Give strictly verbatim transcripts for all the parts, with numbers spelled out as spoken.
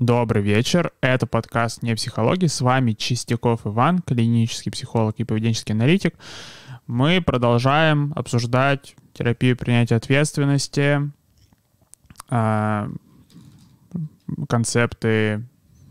Добрый вечер. Это подкаст «Не психология». С вами Чистяков Иван, клинический психолог и поведенческий аналитик. Мы продолжаем обсуждать терапию принятия ответственности, концепты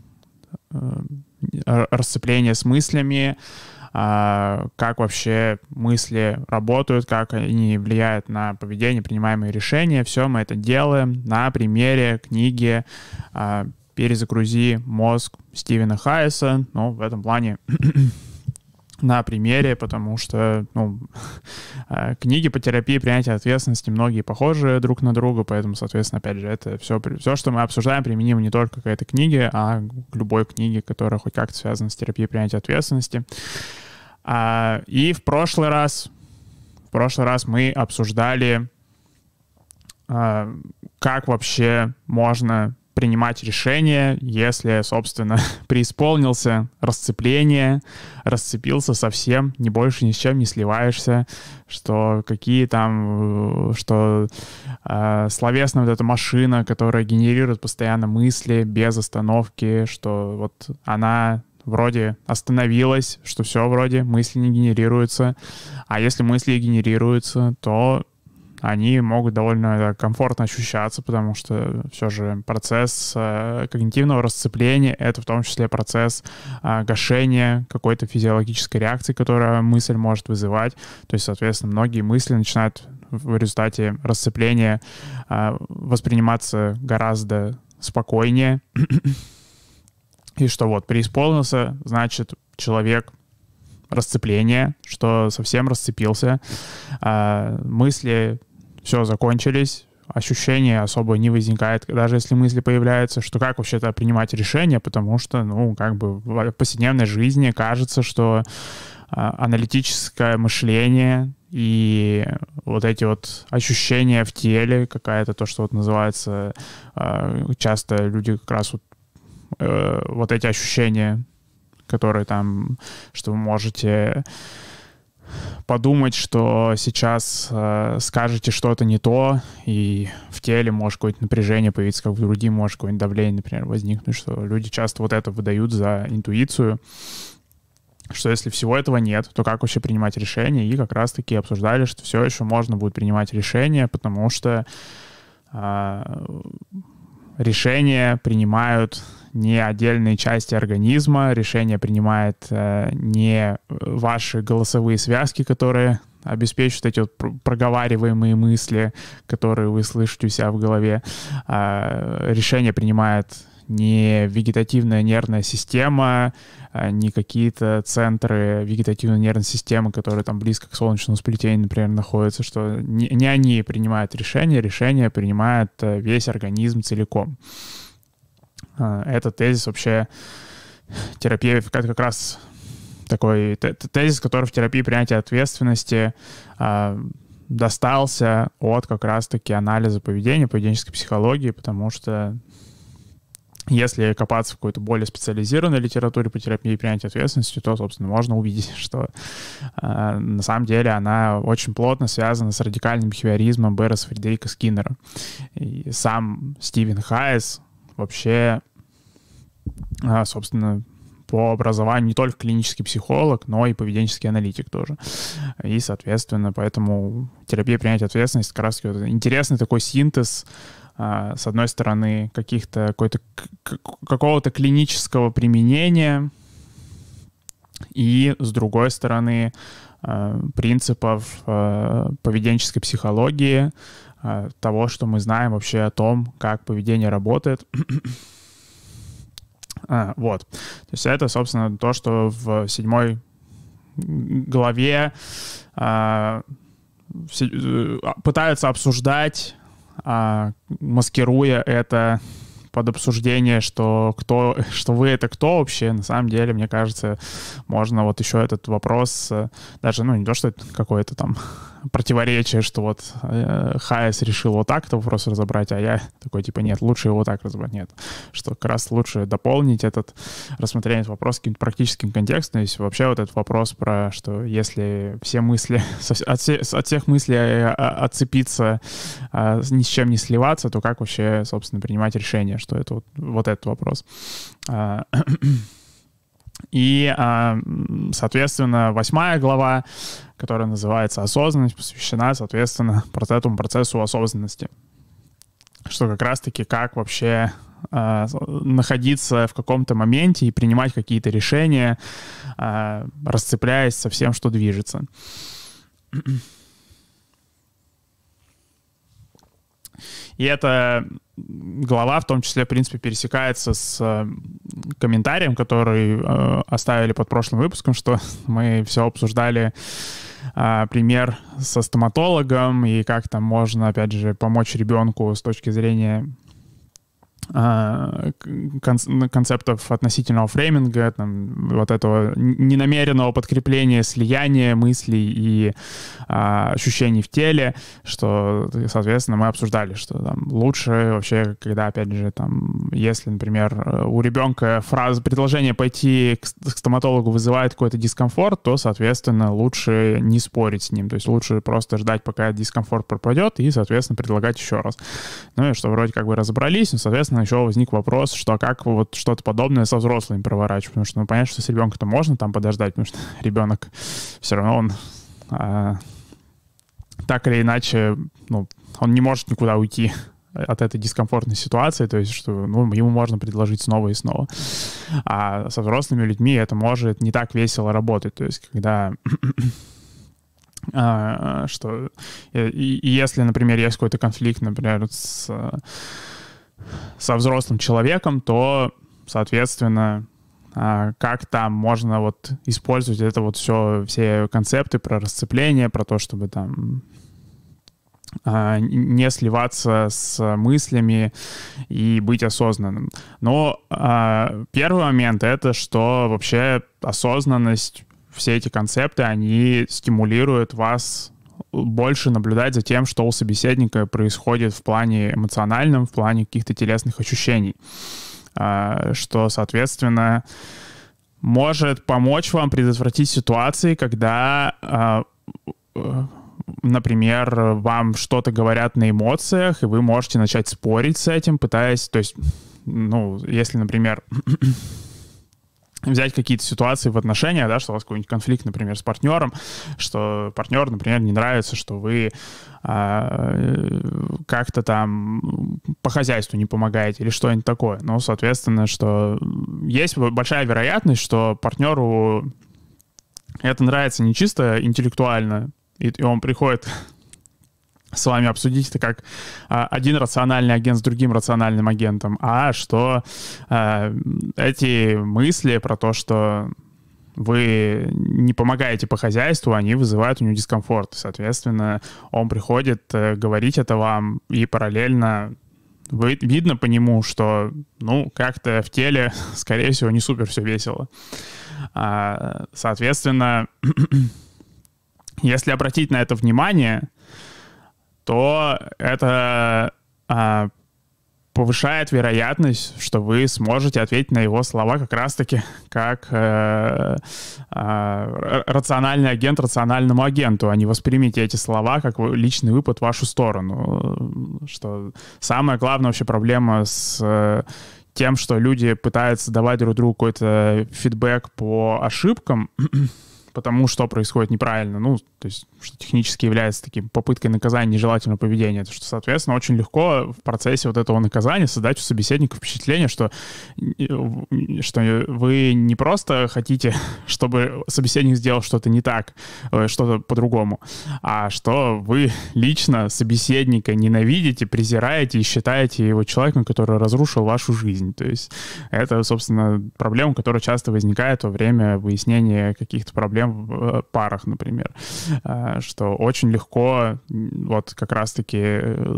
расцепления с мыслями, как вообще мысли работают, как они влияют на поведение, принимаемые решения. Все мы это делаем на примере книги «Перезагрузи мозг» Стивена Хайеса. Ну, в этом плане на примере, потому что ну, книги по терапии принятия ответственности многие похожи друг на друга, поэтому, соответственно, опять же, это все, все, что мы обсуждаем, применимо не только к этой книге, а к любой книге, которая хоть как-то связана с терапией принятия ответственности. И в прошлый раз, в прошлый раз мы обсуждали, как вообще можно принимать решения, если, собственно, преисполнился расцепление, расцепился совсем, ни больше ни с чем не сливаешься, что какие там, что э, словесная вот эта машина, которая генерирует постоянно мысли без остановки, что вот она вроде остановилась, что все вроде, мысли не генерируются, а если мысли генерируются, то они могут довольно комфортно ощущаться, потому что все же процесс э, когнитивного расцепления — это в том числе процесс э, гашения какой-то физиологической реакции, которая мысль может вызывать. То есть, соответственно, многие мысли начинают в результате расцепления э, восприниматься гораздо спокойнее. И что вот преисполнился, значит, человек расцепление, что совсем расцепился, э, мысли все закончились, ощущения особо не возникает, даже если мысли появляются, что как вообще-то принимать решения, потому что, ну, как бы в повседневной жизни кажется, что а, аналитическое мышление и вот эти вот ощущения в теле, какая-то то, что вот называется, а, часто люди как раз вот, а, вот эти ощущения, которые там, что вы можете подумать, что сейчас э, скажете что-то не то, и в теле может какое-то напряжение появиться, как в груди может какое-нибудь давление, например, возникнуть, что люди часто вот это выдают за интуицию, что если всего этого нет, то как вообще принимать решения, и как раз-таки обсуждали, что все еще можно будет принимать решения, потому что э, решения принимают не отдельные части организма, решение принимает э, не ваши голосовые связки, которые обеспечивают эти вот проговариваемые мысли, которые вы слышите у себя в голове. А решение принимает не вегетативная нервная система, а не какие-то центры вегетативной нервной системы, которые там близко к солнечному сплетению, например, находятся, что не, не они принимают решение, решение принимает весь организм целиком. Этот тезис вообще терапия, это как раз такой тезис, который в терапии принятия ответственности э, достался от как раз-таки анализа поведения, поведенческой психологии, потому что если копаться в какой-то более специализированной литературе по терапии принятия ответственности, то, собственно, можно увидеть, что э, на самом деле она очень плотно связана с радикальным бихевиоризмом Берреса Фредерика Скиннера. И сам Стивен Хайес вообще, собственно, по образованию не только клинический психолог, но и поведенческий аналитик тоже. И, соответственно, поэтому терапия принятия ответственности как раз интересный такой синтез, с одной стороны, каких-то какой-то, какого-то клинического применения, и, с другой стороны, принципов поведенческой психологии, того, что мы знаем вообще о том, как поведение работает. а, вот. То есть это, собственно, то, что в седьмой главе а, пытаются обсуждать, а, маскируя это под обсуждение, что, кто, что вы — это кто вообще. На самом деле, мне кажется, можно вот еще этот вопрос, даже, ну, не то, что это какой-то там противоречие, что вот э, Хайес решил вот так этот вопрос разобрать, а я такой, типа, нет, лучше его так разобрать. Нет, что как раз лучше дополнить этот, рассмотрение этого вопроса каким-то практическим контекстом. То есть вообще вот этот вопрос про, что если все мысли, от, все, от всех мыслей отцепиться, ни с чем не сливаться, то как вообще, собственно, принимать решение, что это вот, вот этот вопрос. И, соответственно, восьмая глава, которая называется «Осознанность», посвящена, соответственно, этому процессу осознанности. Что как раз-таки как вообще находиться в каком-то моменте и принимать какие-то решения, расцепляясь со всем, что движется. И эта глава, в том числе, в принципе, пересекается с комментарием, который э, оставили под прошлым выпуском, что мы все обсуждали э, пример со стоматологом и как там можно, опять же, помочь ребенку с точки зрения концептов относительного фрейминга, там, вот этого ненамеренного подкрепления, слияния мыслей и а, ощущений в теле, что, соответственно, мы обсуждали, что там, лучше вообще, когда, опять же, там, если, например, у ребенка фраза, предложение пойти к стоматологу вызывает какой-то дискомфорт, то, соответственно, лучше не спорить с ним, то есть лучше просто ждать, пока этот дискомфорт пропадет, и, соответственно, предлагать еще раз. Ну и что вроде как бы разобрались, но, соответственно, еще возник вопрос, что как вот что-то подобное со взрослыми проворачивать, потому что, ну, понятно, что с ребенком-то можно там подождать, потому что ребенок все равно он а, так или иначе, ну, он не может никуда уйти от этой дискомфортной ситуации, то есть, что, ну, ему можно предложить снова и снова. А со взрослыми людьми это может не так весело работать, то есть, когда... а, что... И, и если, например, есть какой-то конфликт, например, с... со взрослым человеком, то, соответственно, как там можно вот использовать это вот все, все концепты про расцепление, про то, чтобы там не сливаться с мыслями и быть осознанным. Но первый момент — это что вообще осознанность, все эти концепты, они стимулируют вас больше наблюдать за тем, что у собеседника происходит в плане эмоциональном, в плане каких-то телесных ощущений, что, соответственно, может помочь вам предотвратить ситуации, когда, например, вам что-то говорят на эмоциях, и вы можете начать спорить с этим, пытаясь, то есть, ну, если, например, взять какие-то ситуации в отношениях, да, что у вас какой-нибудь конфликт, например, с партнером, что партнер, например, не нравится, что вы а, как-то там по хозяйству не помогаете или что-нибудь такое. Ну, соответственно, что есть большая вероятность, что партнеру это нравится не чисто интеллектуально, и, и он приходит с вами обсудить это как а, один рациональный агент с другим рациональным агентом, а что а, эти мысли про то, что вы не помогаете по хозяйству, они вызывают у него дискомфорт. Соответственно, он приходит э, говорить это вам, и параллельно вы, видно по нему, что, ну, как-то в теле, скорее всего, не супер все весело. А, соответственно, если обратить на это внимание, то это а, повышает вероятность, что вы сможете ответить на его слова как раз-таки как э, э, рациональный агент рациональному агенту, а не воспримите эти слова как личный выпад в вашу сторону. Что самая главная вообще проблема с э, тем, что люди пытаются давать друг другу какой-то фидбэк по ошибкам, потому что происходит неправильно, ну, то есть, что технически является таким попыткой наказания нежелательного поведения, то что, соответственно, очень легко в процессе вот этого наказания создать у собеседника впечатление, что, что вы не просто хотите, чтобы собеседник сделал что-то не так, что-то по-другому, а что вы лично собеседника ненавидите, презираете и считаете его человеком, который разрушил вашу жизнь. То есть это, собственно, проблема, которая часто возникает во время выяснения каких-то проблем в парах, например. Что очень легко, вот как раз-таки,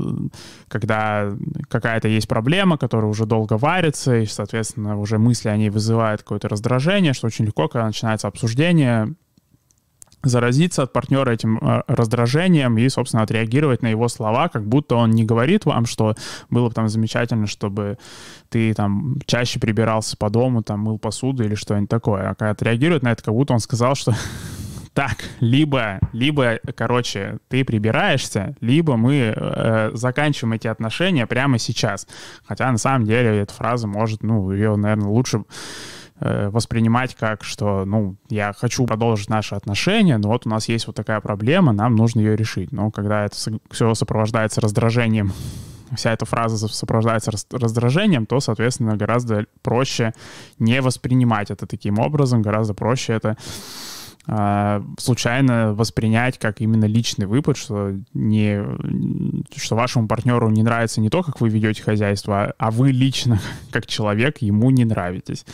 когда какая-то есть проблема, которая уже долго варится, и, соответственно, уже мысли о ней вызывают какое-то раздражение, что очень легко, когда начинается обсуждение, заразиться от партнера этим раздражением и, собственно, отреагировать на его слова, как будто он не говорит вам, что было бы там замечательно, чтобы ты там чаще прибирался по дому, там мыл посуду или что-нибудь такое. А когда отреагирует на это, как будто он сказал, что так, либо, либо, короче, ты прибираешься, либо мы э, заканчиваем эти отношения прямо сейчас. Хотя на самом деле эта фраза может, ну, ее, наверное, лучше воспринимать как, что, ну, я хочу продолжить наши отношения, но вот у нас есть вот такая проблема, нам нужно ее решить. Но когда это все сопровождается раздражением, вся эта фраза сопровождается раздражением, то, соответственно, гораздо проще не воспринимать это таким образом, гораздо проще это э, случайно воспринять как именно личный выпад, что, не, что вашему партнеру не нравится не то, как вы ведете хозяйство, а вы лично, как человек, ему не нравитесь.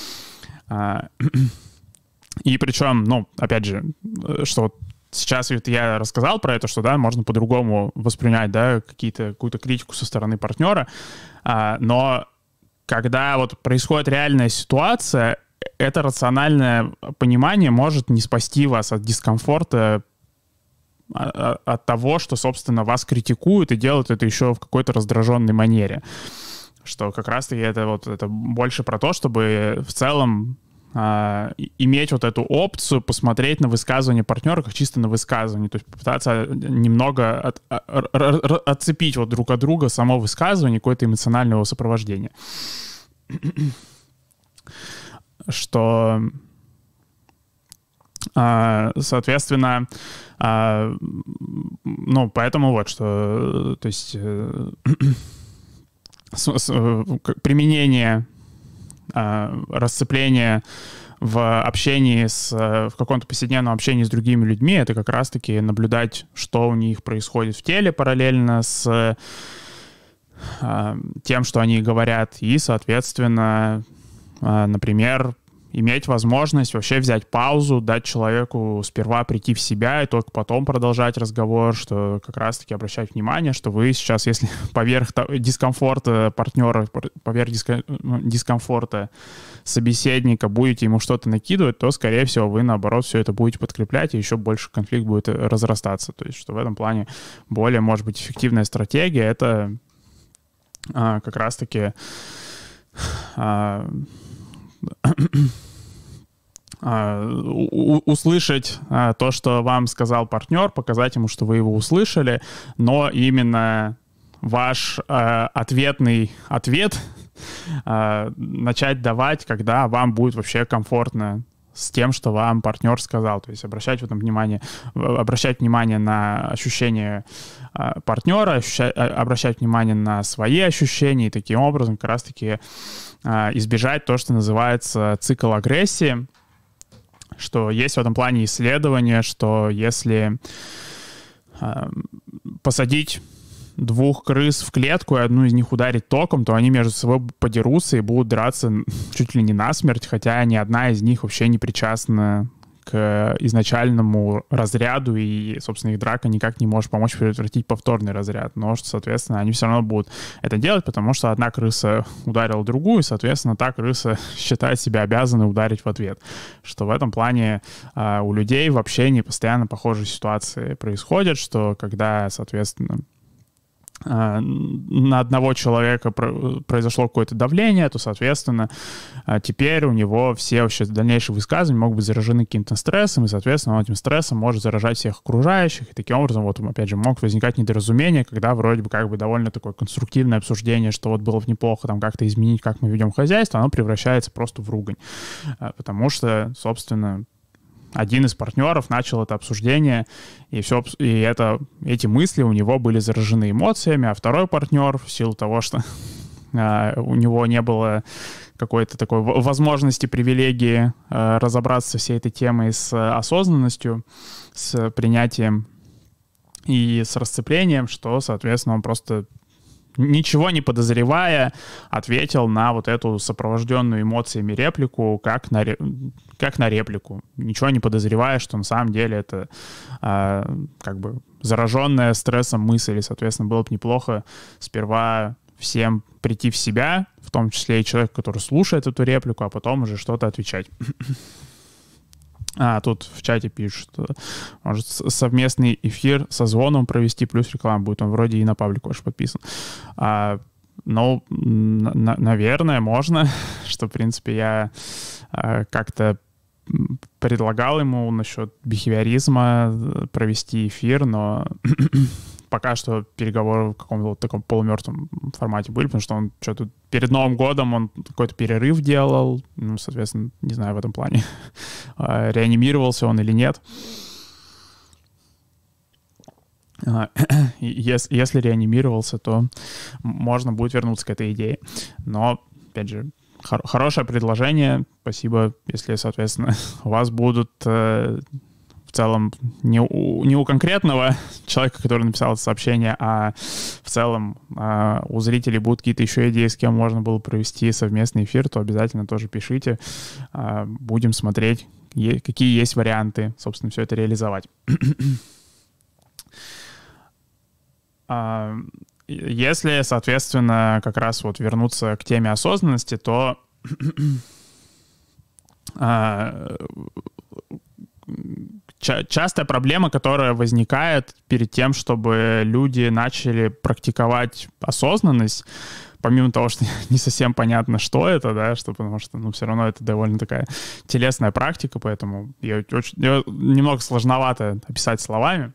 И причем, ну, опять же, что вот сейчас вот я рассказал про это, что, да, можно по-другому воспринять, да, какие-то, какую-то критику со стороны партнера, но когда вот происходит реальная ситуация, это рациональное понимание может не спасти вас от дискомфорта, от того, что, собственно, вас критикуют и делают это еще в какой-то раздраженной манере. Что как раз-таки это вот это больше про то, чтобы в целом э, иметь вот эту опцию посмотреть на высказывание партнера как чисто на высказывание, то есть попытаться немного от, от, отцепить вот друг от друга само высказывание, какое-то эмоциональное сопровождение. Что, э, соответственно, э, ну, поэтому вот что, то есть... Э, применение, расцепление в общении с, в каком-то повседневном общении с другими людьми, это как раз-таки наблюдать, что у них происходит в теле параллельно с тем, что они говорят, и, соответственно, например, иметь возможность вообще взять паузу, дать человеку сперва прийти в себя и только потом продолжать разговор, что как раз-таки обращать внимание, что вы сейчас, если поверх дискомфорта партнера, поверх дискомфорта собеседника будете ему что-то накидывать, то, скорее всего, вы, наоборот, все это будете подкреплять, и еще больше конфликт будет разрастаться. То есть, что в этом плане более, может быть, эффективная стратегия — это а, как раз-таки... А, услышать то, что вам сказал партнер, показать ему, что вы его услышали, но именно ваш ответный ответ начать давать, когда вам будет вообще комфортно с тем, что вам партнер сказал. То есть обращать в этом внимание, обращать внимание на ощущения партнера, ощущать, обращать внимание на свои ощущения и таким образом как раз-таки избежать то, что называется цикл агрессии, что есть в этом плане исследование, что если посадить двух крыс в клетку и одну из них ударить током, то они между собой подерутся и будут драться чуть ли не насмерть, хотя ни одна из них вообще не причастна к изначальному разряду, и, собственно, их драка никак не может помочь превратить повторный разряд. Но, соответственно, они все равно будут это делать, потому что одна крыса ударила другую, и, соответственно, та крыса считает себя обязанной ударить в ответ. Что в этом плане э, у людей в общении постоянно похожие ситуации происходят, что когда, соответственно, на одного человека произошло какое-то давление, то, соответственно, теперь у него все вообще дальнейшие высказывания могут быть заражены каким-то стрессом, и, соответственно, он этим стрессом может заражать всех окружающих, и таким образом, вот, опять же, могут возникать недоразумения, когда вроде бы как бы довольно такое конструктивное обсуждение, что вот было бы неплохо там как-то изменить, как мы ведем хозяйство, оно превращается просто в ругань. Потому что, собственно, один из партнеров начал это обсуждение, и, все, и это, эти мысли у него были заражены эмоциями, а второй партнер, в силу того, что э, у него не было какой-то такой возможности, привилегии э, разобраться со всей этой темой с осознанностью, с принятием и с расцеплением, что, соответственно, он просто, ничего не подозревая, ответил на вот эту сопровожденную эмоциями реплику, как на, как на реплику, ничего не подозревая, что на самом деле это э, как бы зараженная стрессом мысль, и, соответственно, было бы неплохо сперва всем прийти в себя, в том числе и человек, который слушает эту реплику, а потом уже что-то отвечать. А, тут в чате пишут, что может совместный эфир со звоном провести, плюс реклама будет. Он вроде и на паблик ваш подписан. А, ну, на- наверное, можно, что, в принципе, я а, как-то предлагал ему насчет бихевиоризма провести эфир, но пока что переговоры в каком-то вот таком полумертвом формате были, потому что он что-то перед Новым годом он какой-то перерыв делал, ну, соответственно, не знаю в этом плане, реанимировался он или нет. Если, если реанимировался, то можно будет вернуться к этой идее. Но, опять же, хор- хорошее предложение. Спасибо, если, соответственно, у вас будут э, в целом не у, не у конкретного человека, который написал это сообщение, а в целом э, у зрителей будут какие-то еще идеи, с кем можно было провести совместный эфир, то обязательно тоже пишите. Э, будем смотреть, е- какие есть варианты, собственно, все это реализовать. Если, соответственно, как раз вот вернуться к теме осознанности, то частая проблема, которая возникает перед тем, чтобы люди начали практиковать осознанность, помимо того, что не совсем понятно, что это, да, что, потому что, ну, все равно это довольно такая телесная практика, поэтому ее, очень, ее немного сложновато описать словами.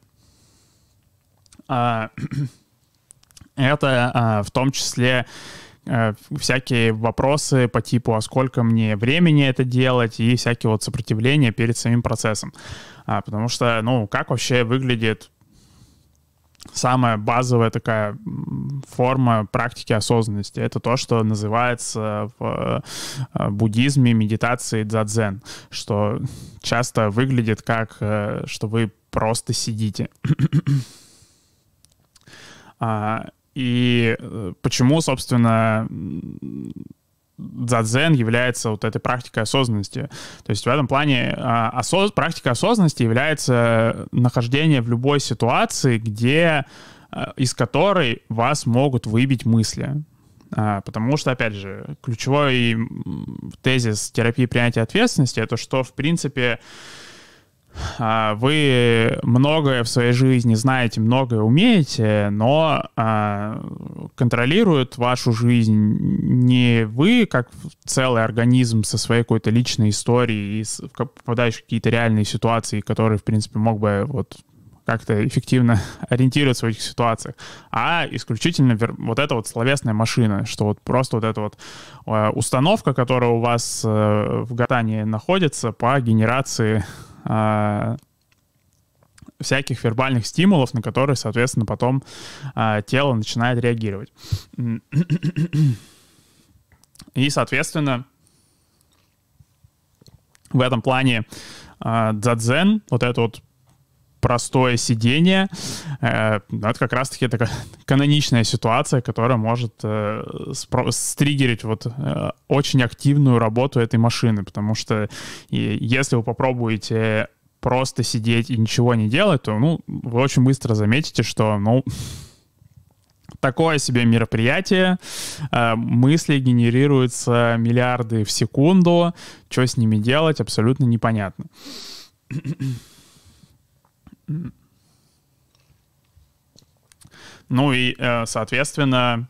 Это в том числе всякие вопросы по типу, а сколько мне времени это делать, и всякие вот сопротивления перед самим процессом. Потому что, ну, как вообще выглядит самая базовая такая форма практики осознанности? Это то, что называется в буддизме медитацией дзадзен, что часто выглядит как, что вы просто сидите. И почему, собственно, дзадзен является вот этой практикой осознанности? То есть в этом плане осоз... практика осознанности является нахождение в любой ситуации, где... из которой вас могут выбить мысли. Потому что, опять же, ключевой тезис терапии принятия ответственности — это что, в принципе, вы многое в своей жизни знаете, многое умеете, но а, контролирует вашу жизнь не вы, как целый организм со своей какой-то личной историей и с, попадающий в какие-то реальные ситуации, которые, в принципе, мог бы вот как-то эффективно ориентироваться в этих ситуациях, а исключительно вот эта вот словесная машина, что вот просто вот эта вот установка, которая у вас в гортани находится по генерации а, всяких вербальных стимулов, на которые, соответственно, потом а, тело начинает реагировать. И, соответственно, в этом плане а, дзадзен, вот это вот простое сидение, э, это как раз-таки такая каноничная ситуация, которая может э, спро- стриггерить вот э, очень активную работу этой машины, потому что и, если вы попробуете просто сидеть и ничего не делать, то, ну, вы очень быстро заметите, что, ну, такое себе мероприятие, э, мысли генерируются миллиарды в секунду, что с ними делать, абсолютно непонятно. Ну и, соответственно,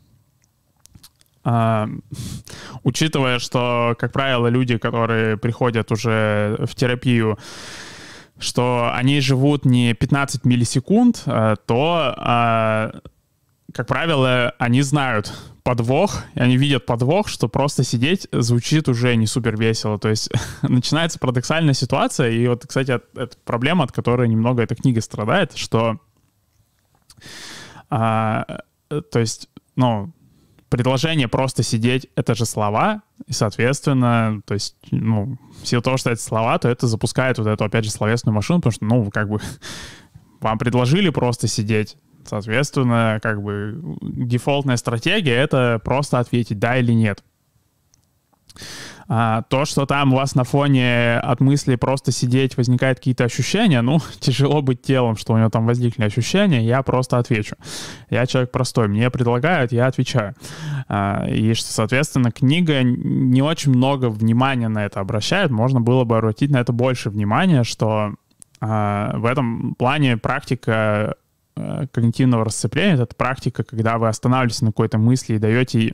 учитывая, что, как правило, люди, которые приходят уже в терапию, что они живут не пятнадцать миллисекунд, то, как правило, они знают подвох, и они видят подвох, что просто сидеть звучит уже не супер весело. То есть начинается парадоксальная ситуация, и вот, кстати, это проблема, от которой немного эта книга страдает, что, а, то есть, ну, предложение просто сидеть — это же слова, и, соответственно, то есть, ну, в силу того, что это слова, то это запускает вот эту, опять же, словесную машину, потому что, ну, как бы вам предложили просто сидеть. Соответственно, как бы дефолтная стратегия — это просто ответить да или нет. А, то, что там у вас на фоне от мысли просто сидеть возникают какие-то ощущения, ну, тяжело быть телом, что у него там возникли ощущения, я просто отвечу. Я человек простой, мне предлагают, я отвечаю. А, и что, соответственно, книга не очень много внимания на это обращает, можно было бы обратить на это больше внимания, что а, в этом плане практика а, когнитивного расцепления — это практика, когда вы останавливаетесь на какой-то мысли и даете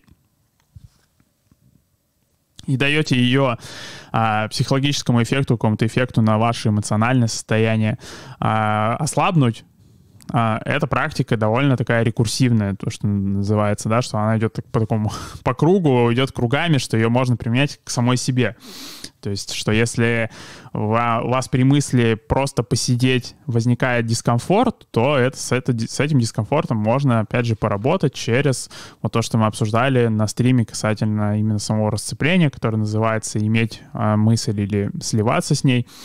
и даете ее а, психологическому эффекту, какому-то эффекту на ваше эмоциональное состояние а, ослабнуть. А, эта практика довольно такая рекурсивная, то, что называется, да, что она идет по такому, по кругу, идет кругами, что ее можно применять к самой себе. То есть, что если у вас при мысли просто посидеть возникает дискомфорт, то это, с, это, с этим дискомфортом можно, опять же, поработать через вот то, что мы обсуждали на стриме касательно именно самого расцепления, которое называется «иметь а, мысль или сливаться с ней»,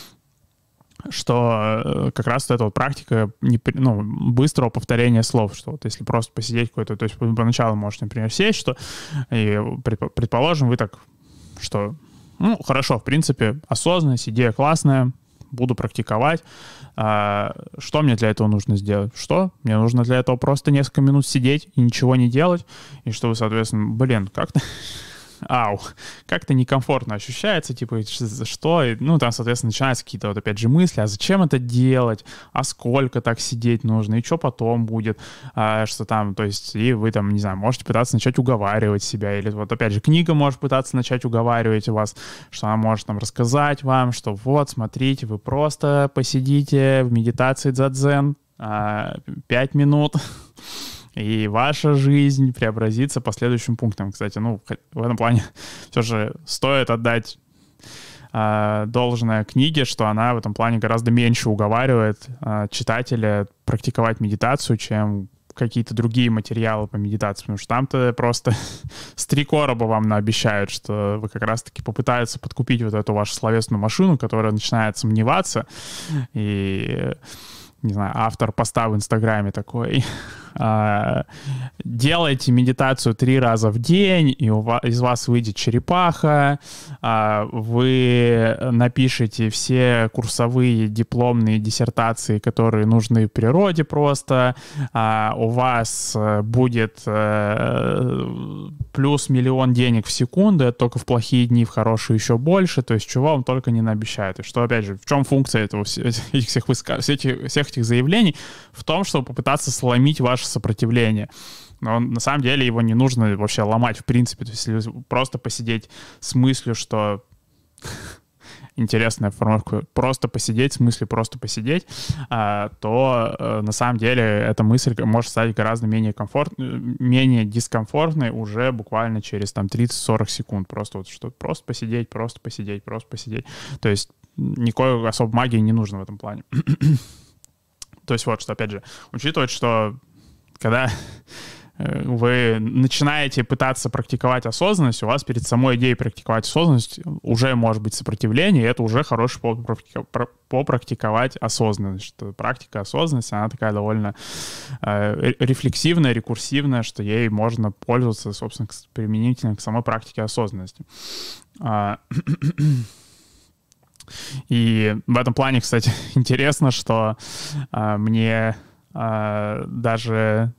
что как раз вот эта вот практика не, ну, быстрого повторения слов, что вот если просто посидеть какой-то, то есть поначалу можете, например, сесть, что, и, предположим, вы так, что... Ну, хорошо, в принципе, осознанность, идея классная, буду практиковать. А, что мне для этого нужно сделать? Что? Мне нужно для этого просто несколько минут сидеть и ничего не делать, и чтобы, соответственно, блин, как-то... Ау, как-то некомфортно ощущается, типа, что? И, ну, там, соответственно, начинаются какие-то, вот, опять же, мысли, а зачем это делать? А сколько так сидеть нужно? И что потом будет? А, что там, то есть, и вы там, не знаю, можете пытаться начать уговаривать себя, или вот, опять же, книга может пытаться начать уговаривать вас, что она может там рассказать вам, что вот, смотрите, вы просто посидите в медитации дзадзен а, пять минут, и ваша жизнь преобразится по следующим пунктам. Кстати, ну, в этом плане все же стоит отдать э, должное книге, что она в этом плане гораздо меньше уговаривает э, читателя практиковать медитацию, чем какие-то другие материалы по медитации, потому что там-то просто с три короба вам наобещают, что вы как раз-таки попытаются подкупить вот эту вашу словесную машину, которая начинает сомневаться, и... не знаю, автор поста в Инстаграме такой: делайте медитацию три раза в день, и у вас, из вас выйдет черепаха, вы напишите все курсовые дипломные диссертации, которые нужны в природе просто, у вас будет плюс миллион денег в секунду, это только в плохие дни, в хорошие еще больше, то есть чего вам только не наобещают. И что, опять же, в чем функция этого, этих всех, выска... всех этих заявлений? В том, чтобы попытаться сломить ваше сопротивление. Но на самом деле его не нужно вообще ломать в принципе. То есть если просто посидеть с мыслью, что... интересная формулировка, просто посидеть, в смысле просто посидеть, а, то а, на самом деле эта мысль может стать гораздо менее комфортной, менее дискомфортной уже буквально через там тридцать-сорок секунд. Просто вот что просто посидеть, просто посидеть, просто посидеть. То есть никакой особой магии не нужно в этом плане. То есть вот, что опять же, учитывать, что когда вы начинаете пытаться практиковать осознанность, у вас перед самой идеей практиковать осознанность уже может быть сопротивление, и это уже хороший повод попрактиковать осознанность. Что практика осознанности, она такая довольно э, рефлексивная, рекурсивная, что ей можно пользоваться, собственно, применительно к самой практике осознанности. И в этом плане, кстати, интересно, что э, мне э, даже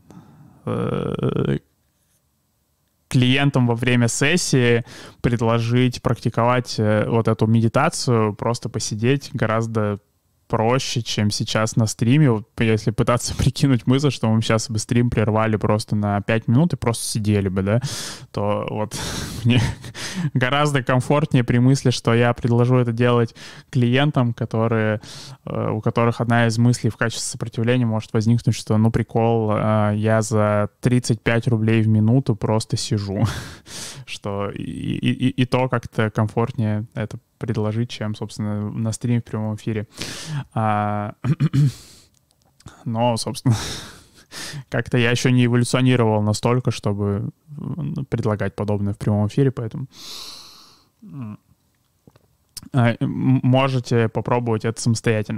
клиентам во время сессии предложить практиковать вот эту медитацию, просто посидеть гораздо проще, чем сейчас на стриме. Вот если пытаться прикинуть мысль, что мы сейчас бы стрим прервали просто на пять минут и просто сидели бы, да, то вот мне гораздо комфортнее при мысли, что я предложу это делать клиентам, которые, у которых одна из мыслей в качестве сопротивления может возникнуть, что, ну, прикол, я за тридцать пять рублей в минуту просто сижу, что и, и, и то как-то комфортнее это предложить, чем, собственно, на стриме в прямом эфире. А, но, собственно, как-то я еще не эволюционировал настолько, чтобы предлагать подобное в прямом эфире, поэтому а, можете попробовать это самостоятельно.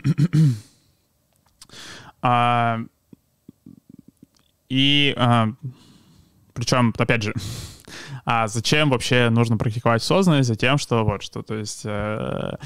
а, и а, причем, опять же, А зачем вообще нужно практиковать осознанность? Затем, что вот что, то есть... Э,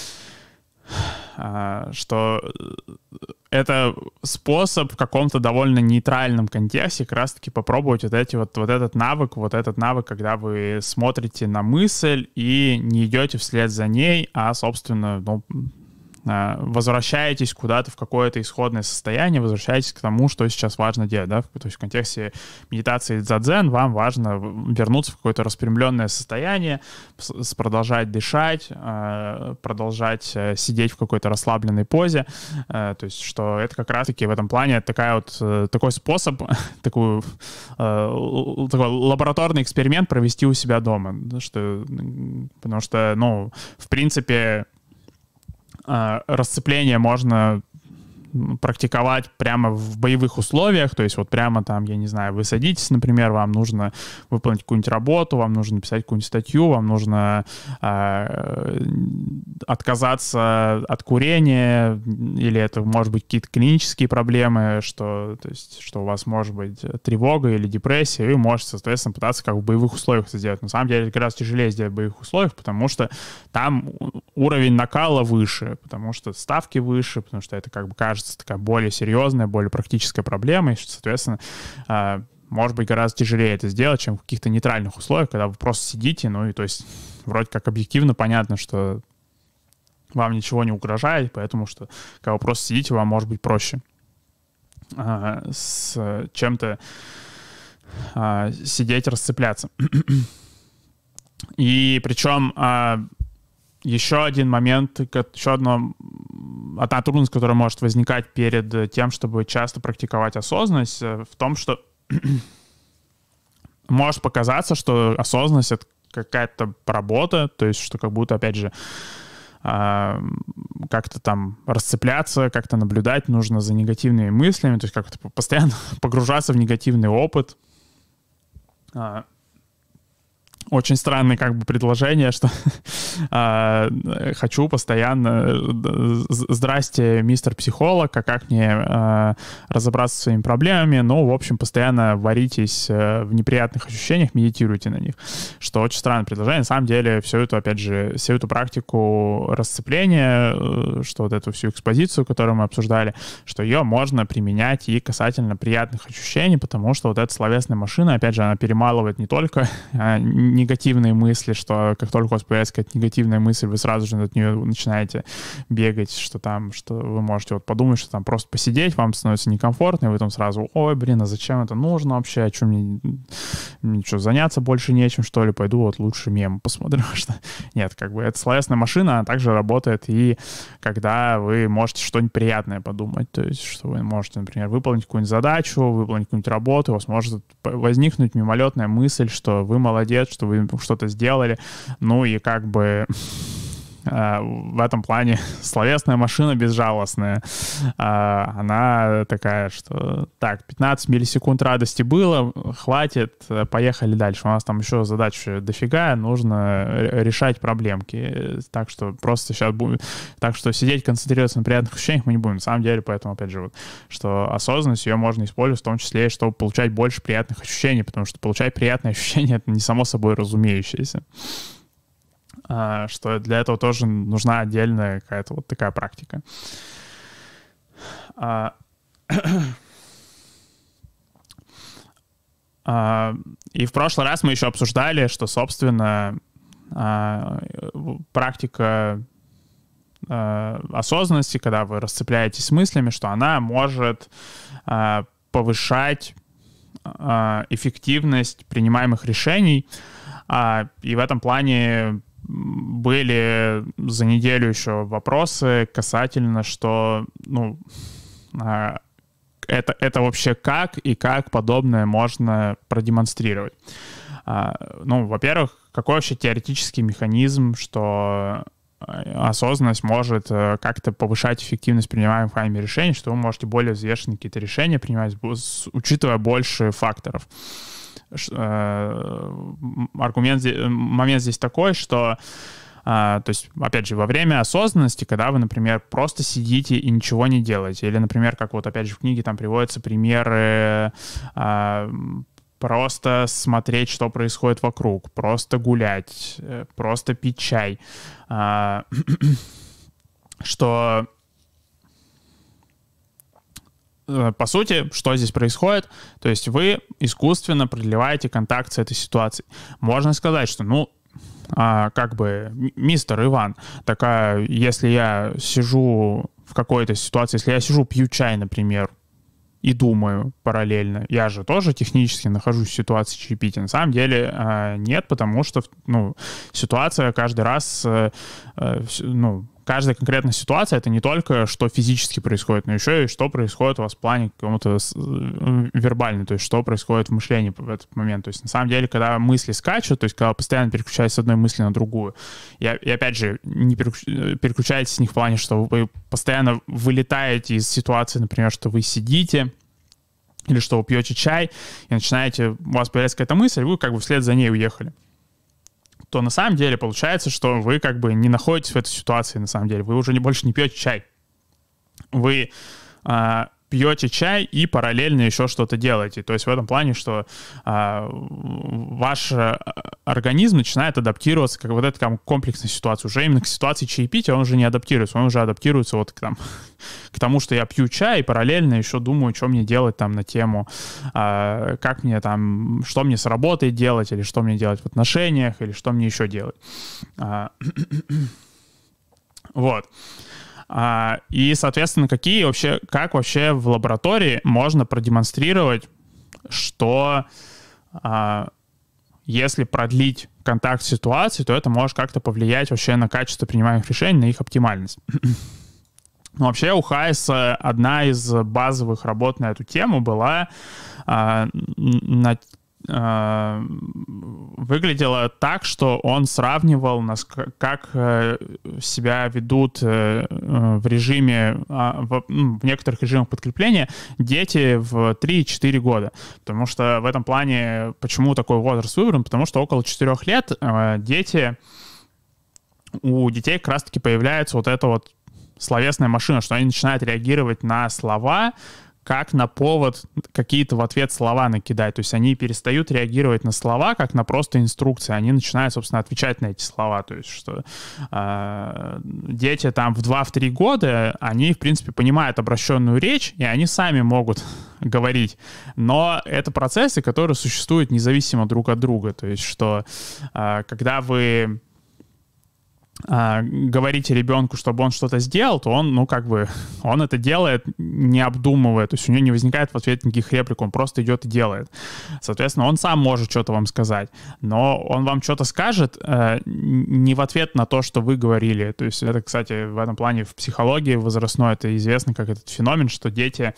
что это способ в каком-то довольно нейтральном контексте как раз-таки попробовать вот, эти вот, вот этот навык, вот этот навык, когда вы смотрите на мысль и не идете вслед за ней, а, собственно, ну, возвращаетесь куда-то в какое-то исходное состояние, возвращаетесь к тому, что сейчас важно делать, да, то есть в контексте медитации дзадзен вам важно вернуться в какое-то распрямленное состояние, продолжать дышать, продолжать сидеть в какой-то расслабленной позе, то есть что это как раз-таки в этом плане такая вот, такой способ, такой, такой лабораторный эксперимент провести у себя дома, что, потому что, ну, в принципе, расцепление можно практиковать прямо в боевых условиях, то есть вот прямо там, я не знаю, вы садитесь, например, вам нужно выполнить какую-нибудь работу, вам нужно написать какую-нибудь статью, вам нужно э, отказаться от курения, или это может быть какие-то клинические проблемы, что, то есть, что у вас может быть тревога или депрессия, и вы можете, соответственно, пытаться как в боевых условиях это сделать. На самом деле это гораздо тяжелее сделать в боевых условиях, потому что там уровень накала выше, потому что ставки выше, потому что это как бы кажется такая более серьезная, более практическая проблема, и, соответственно, может быть гораздо тяжелее это сделать, чем в каких-то нейтральных условиях, когда вы просто сидите, ну и то есть вроде как объективно понятно, что вам ничего не угрожает, поэтому что когда вы просто сидите, вам может быть проще с чем-то сидеть, расцепляться. И причем еще один момент, еще одна, одна трудность, которая может возникать перед тем, чтобы часто практиковать осознанность, в том, что может показаться, что осознанность — это какая-то работа, то есть что как будто, опять же, как-то там расцепляться, как-то наблюдать нужно за негативными мыслями, то есть как-то постоянно погружаться в негативный опыт. Очень странное как бы предложение, что э, хочу постоянно, здрасте, мистер психолог, а как мне э, разобраться со своими проблемами? Ну, в общем, постоянно варитесь в неприятных ощущениях, медитируйте на них. Что очень странное предложение. На самом деле, всю эту, опять же, всю эту практику расцепления, что вот эту всю экспозицию, которую мы обсуждали, что ее можно применять и касательно приятных ощущений, потому что вот эта словесная машина, опять же, она перемалывает не только негативные мысли, что как только у вас появляется какая-то негативная мысль, вы сразу же от нее начинаете бегать, что там, что вы можете вот подумать, что там просто посидеть, вам становится некомфортно, и вы там сразу, ой, блин, а зачем это нужно вообще, а что мне, мне что, заняться больше нечем, что ли, пойду вот лучше мем посмотрю, что... Нет, как бы эта словесная машина, она также работает и когда вы можете что-нибудь приятное подумать, то есть что вы можете, например, выполнить какую-нибудь задачу, выполнить какую-нибудь работу, у вас может возникнуть мимолетная мысль, что вы молодец, что вы что-то сделали, ну и как бы э, в этом плане словесная машина безжалостная, э, она такая, что так, пятнадцать миллисекунд радости было, хватит, поехали дальше, у нас там еще задач дофига, нужно решать проблемки, так что просто сейчас будем, так что сидеть, концентрироваться на приятных ощущениях мы не будем, на самом деле, поэтому, опять же, вот, что осознанность, ее можно использовать в том числе, чтобы получать больше приятных ощущений, потому что получать приятные ощущения — это не само собой разумеющееся. А, что для этого тоже нужна отдельная какая-то вот такая практика. А, а, и в прошлый раз мы еще обсуждали, что, собственно, а, практика а, осознанности, когда вы расцепляетесь с мыслями, что она может а, повышать а, эффективность принимаемых решений. А, и в этом плане были за неделю еще вопросы касательно, что, ну, а, это, это вообще как и как подобное можно продемонстрировать. А, ну, во-первых, какой вообще теоретический механизм, что осознанность может как-то повышать эффективность принимаемых вами решений, что вы можете более взвешенные какие-то решения принимать, учитывая больше факторов. Аргумент, момент здесь такой, что, то есть, опять же, во время осознанности, когда вы, например, просто сидите и ничего не делаете, или, например, как вот, опять же, в книге там приводятся примеры просто смотреть, что происходит вокруг, просто гулять, просто пить чай. Что, по сути, что здесь происходит? То есть вы искусственно продлеваете контакт с этой ситуацией. Можно сказать, что, ну, а, как бы, мистер Иван, такая, если я сижу в какой-то ситуации, если я сижу, пью чай, например, и думаю параллельно, я же тоже технически нахожусь в ситуации чаепития. На самом деле а, нет, потому что, ну, ситуация каждый раз, а, а, ну, каждая конкретная ситуация — это не только что физически происходит, но еще и что происходит у вас в плане какому-то вербальном, то есть что происходит в мышлении в этот момент. То есть на самом деле, когда мысли скачут, то есть когда вы постоянно переключаетесь с одной мысли на другую, и, и опять же, не переключаетесь с них в плане, что вы постоянно вылетаете из ситуации, например, что вы сидите, или что вы пьете чай, и начинаете, у вас появляется какая-то мысль, вы как бы вслед за ней уехали, то на самом деле получается, что вы как бы не находитесь в этой ситуации, на самом деле. Вы уже не, больше не пьете чай. Вы а, пьете чай и параллельно еще что-то делаете. То есть в этом плане, что а, ваш организм начинает адаптироваться как вот эта там комплексная ситуация. Уже именно к ситуации чаепития он уже не адаптируется. Он уже адаптируется вот к, там, к тому, что я пью чай и параллельно еще думаю, что мне делать там на тему, а, как мне там, что мне с работой делать, или что мне делать в отношениях, или что мне еще делать. А, вот. А, и, соответственно, какие вообще, как вообще в лаборатории можно продемонстрировать, что а, если продлить контакт с ситуацией, то это может как-то повлиять вообще на качество принимаемых решений, на их оптимальность. Но вообще у Хайса одна из базовых работ на эту тему была а, на Uh, выглядело так, что он сравнивал, нас, как uh, себя ведут uh, в режиме, uh, в, ну, в некоторых режимах подкрепления дети в три-четыре года. Потому что в этом плане, почему такой возраст выбран? Потому что около четырёх лет uh, дети, у детей как раз-таки появляется вот эта вот словесная машина, что они начинают реагировать на слова, как на повод какие-то в ответ слова накидать. То есть они перестают реагировать на слова, как на просто инструкции. Они начинают, собственно, отвечать на эти слова. То есть что э, дети там в два-три года, они, в принципе, понимают обращенную речь, и они сами могут говорить. Но это процессы, которые существуют независимо друг от друга. То есть что э, когда вы говорите ребенку, чтобы он что-то сделал, то он, ну, как бы, он это делает, не обдумывая, то есть у него не возникает в ответ никаких реплик, он просто идет и делает. Соответственно, он сам может что-то вам сказать, но он вам что-то скажет э, не в ответ на то, что вы говорили. То есть это, кстати, в этом плане в психологии возрастной это известно как этот феномен, что дети,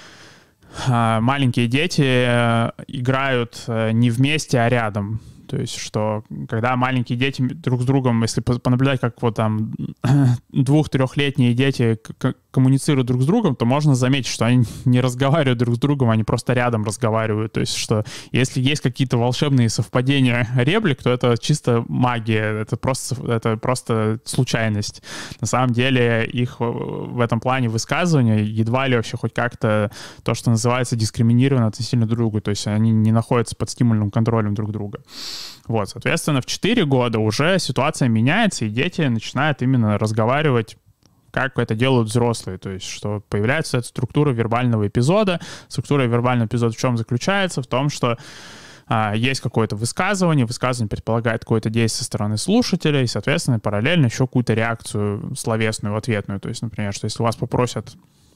э, маленькие дети э, играют э, не вместе, а рядом. То есть, что когда маленькие дети друг с другом, если понаблюдать, как вот там двух-трехлетние дети коммуницируют друг с другом, то можно заметить, что они не разговаривают друг с другом, они просто рядом разговаривают. То есть, что если есть какие-то волшебные совпадения реплик, то это чисто магия, это просто, это просто случайность. На самом деле их в этом плане высказывания едва ли вообще хоть как-то то, что называется, дискриминировано относительно друг друга. То есть они не находятся под стимульным контролем друг друга. Вот, соответственно, в четыре года уже ситуация меняется, и дети начинают именно разговаривать, как это делают взрослые. То есть, что появляется эта структура вербального эпизода. Структура вербального эпизода в чем заключается? В том, что а, есть какое-то высказывание, высказывание предполагает какое-то действие со стороны слушателя, и, соответственно, параллельно еще какую-то реакцию словесную, ответную. То есть, например, что если вас попросят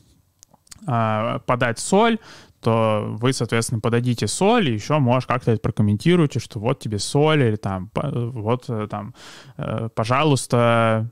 а, подать соль, то вы, соответственно, подадите соль, и еще, может, как-то это прокомментируете, что вот тебе соль, или там, вот, там, пожалуйста,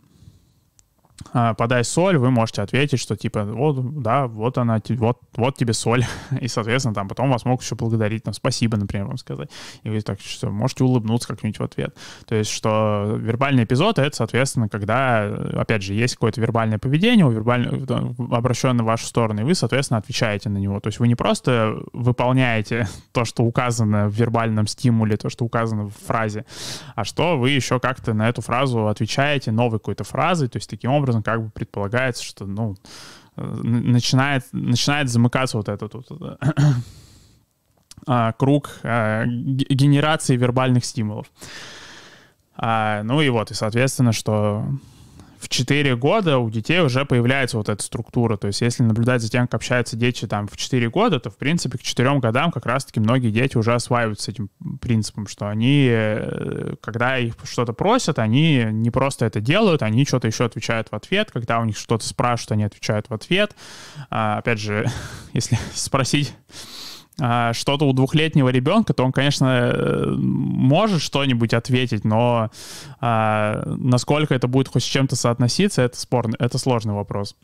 подай соль, вы можете ответить, что типа, вот, да, вот она, вот, вот тебе соль. И, соответственно, там потом вас могут еще благодарить, там, спасибо, например, вам сказать. И вы так, что можете улыбнуться как-нибудь в ответ. То есть, что вербальный эпизод — это, соответственно, когда, опять же, есть какое-то вербальное поведение, вербальное, обращенное в вашу сторону, и вы, соответственно, отвечаете на него. То есть вы не просто выполняете то, что указано в вербальном стимуле, то, что указано в фразе, а что вы еще как-то на эту фразу отвечаете новой какой-то фразой, то есть таким образом как бы предполагается, что, ну, начинает, начинает замыкаться вот этот вот а, круг а, генерации вербальных стимулов. А, ну и вот, и соответственно, что в четыре года у детей уже появляется вот эта структура. То есть если наблюдать за тем, как общаются дети там в четыре года, то, в принципе, к четырем годам как раз-таки многие дети уже осваиваются с этим принципом, что они, когда их что-то просят, они не просто это делают, они что-то еще отвечают в ответ. Когда у них что-то спрашивают, они отвечают в ответ. А, опять же, если спросить что-то у двухлетнего ребенка, то он, конечно, может что-нибудь ответить, но а, насколько это будет хоть с чем-то соотноситься, это спорный, это сложный вопрос.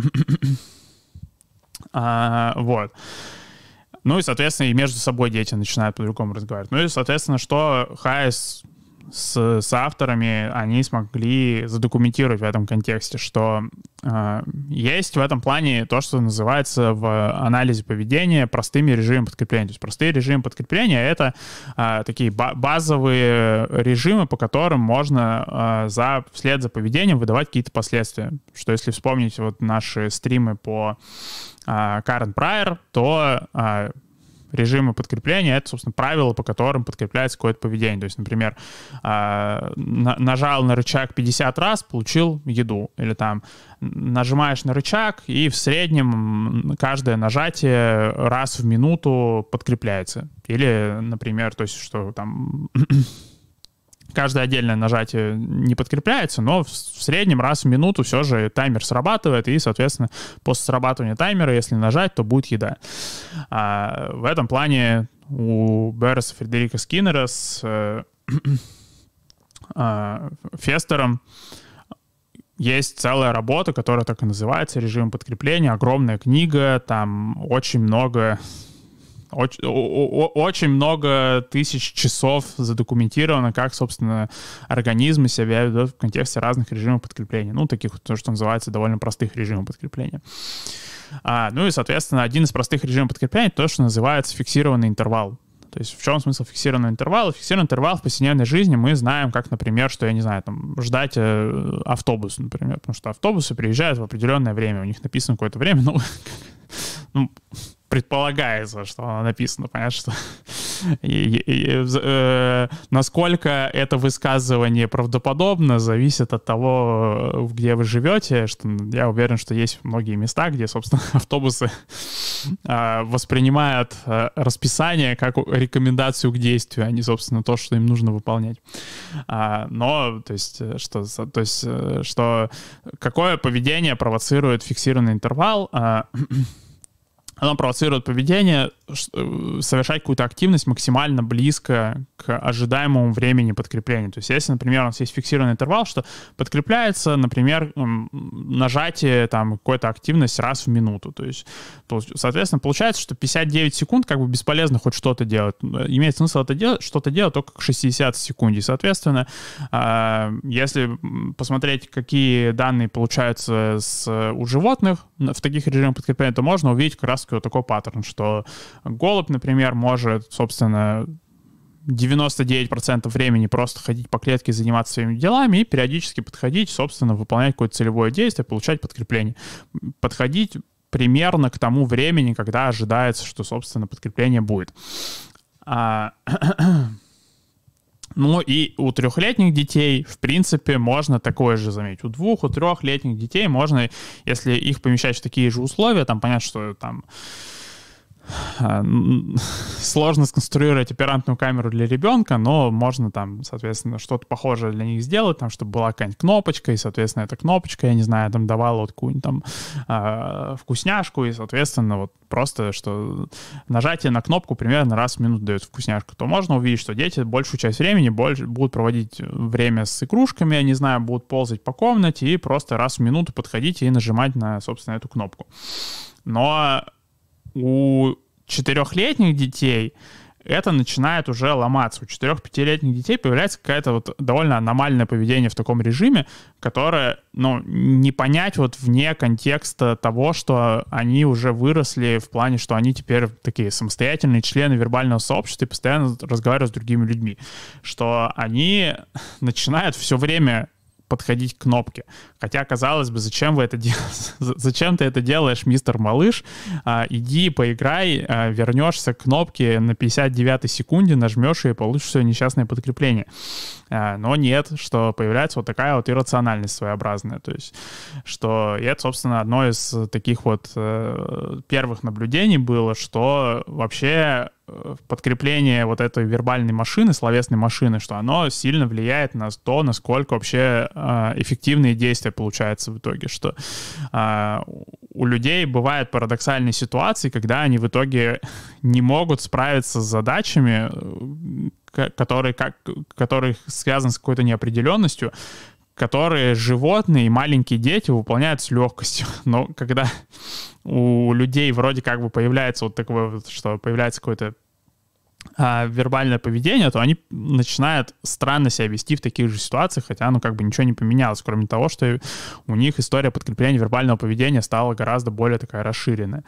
а, вот. Ну и, соответственно, и между собой дети начинают по-другому разговаривать. Ну и, соответственно, что Хайес с, с авторами, они смогли задокументировать в этом контексте, что э, есть в этом плане то, что называется в анализе поведения простыми режимами подкрепления. То есть простые режимы подкрепления — это э, такие ба- базовые режимы, по которым можно э, за, вслед за поведением выдавать какие-то последствия. Что если вспомнить вот наши стримы по э, Current Prior, то э, режимы подкрепления — это, собственно, правила, по которым подкрепляется какое-то поведение. То есть, например, нажал на рычаг пятьдесят раз, получил еду. Или там нажимаешь на рычаг, и в среднем каждое нажатие раз в минуту подкрепляется. Или, например, то есть, что там каждое отдельное нажатие не подкрепляется, но в среднем раз в минуту все же таймер срабатывает, и, соответственно, после срабатывания таймера, если нажать, то будет еда. А в этом плане у Берреса Фредерика Скиннера с э, э, Фестером есть целая работа, которая так и называется «Режим подкрепления», огромная книга, там очень много... Очень, очень много тысяч часов задокументировано, как, собственно, организмы себя ведут в контексте разных режимов подкрепления. Ну, таких, то, что называется, довольно простых режимов подкрепления. А, ну и, соответственно, один из простых режимов подкрепления — то, что называется фиксированный интервал. То есть в чем смысл фиксированного интервала? Фиксированный интервал в повседневной жизни мы знаем, как, например, что, я не знаю, там, ждать э, автобус, например, потому что автобусы приезжают в определенное время, у них написано какое-то время, ну, ну предполагается, что оно написано, понятно, что и, и, и, э, насколько это высказывание правдоподобно, зависит от того, где вы живете. Что я уверен, что есть многие места, где, собственно, автобусы э, воспринимают э, расписание как рекомендацию к действию, а не, собственно, то, что им нужно выполнять. А, но, то есть, что, то есть, что какое поведение провоцирует фиксированный интервал? А, оно провоцирует поведение совершать какую-то активность максимально близко к ожидаемому времени подкрепления. То есть если, например, у нас есть фиксированный интервал, что подкрепляется, например, нажатие там какой-то активность раз в минуту. То есть, соответственно, получается, что пятьдесят девять секунд как бы бесполезно хоть что-то делать. Имеет смысл это делать, что-то делать только к шестидесятой секунде. Соответственно, если посмотреть, какие данные получаются с, у животных в таких режимах подкрепления, то можно увидеть как раз вот такой паттерн, что голубь, например, может, собственно, девяносто девять процентов времени просто ходить по клетке, заниматься своими делами и периодически подходить, собственно, выполнять какое-то целевое действие, получать подкрепление. Подходить примерно к тому времени, когда ожидается, что, собственно, подкрепление будет. А... Ну и у трехлетних детей, в принципе, можно такое же заметить. У двух, у трехлетних детей можно, если их помещать в такие же условия, там понятно, что там сложно сконструировать оперантную камеру для ребенка, но можно там, соответственно, что-то похожее для них сделать, там, чтобы была какая-нибудь кнопочка, и, соответственно, эта кнопочка, я не знаю, там давала вот какую-нибудь там э, вкусняшку, и, соответственно, вот просто, что нажатие на кнопку примерно раз в минуту дает вкусняшку, то можно увидеть, что дети большую часть времени больше будут проводить время с игрушками, я не знаю, будут ползать по комнате и просто раз в минуту подходить и нажимать на, собственно, эту кнопку. Но у четырехлетних детей это начинает уже ломаться. У четырех-пятилетних детей появляется какая-то вот довольно аномальное поведение в таком режиме, которое, ну, не понять вот вне контекста того, что они уже выросли в плане, что они теперь такие самостоятельные члены вербального сообщества и постоянно разговаривают с другими людьми. Что они начинают все время подходить к кнопке. Хотя, казалось бы, зачем вы это делаете? Зачем ты это делаешь, мистер Малыш? А, иди, поиграй, а, вернешься к кнопке на пятьдесят девятой секунде, нажмешь и получишь свое несчастное подкрепление. А, но нет, что появляется вот такая вот иррациональность своеобразная. То есть, что и это, собственно, одно из таких вот э, первых наблюдений было, что вообще подкрепление вот этой вербальной машины, словесной машины, что оно сильно влияет на то, насколько вообще э, эффективные действия получаются в итоге, что э, у людей бывают парадоксальные ситуации, когда они в итоге не могут справиться с задачами, которые, как, которые связаны с какой-то неопределенностью, которые животные и маленькие дети выполняют с легкостью. Но когда у людей вроде как бы появляется вот такое, что появляется какое-то а, вербальное поведение, то они начинают странно себя вести в таких же ситуациях, хотя, ну, как бы ничего не поменялось, кроме того, что у них история подкрепления вербального поведения стала гораздо более такая расширенная.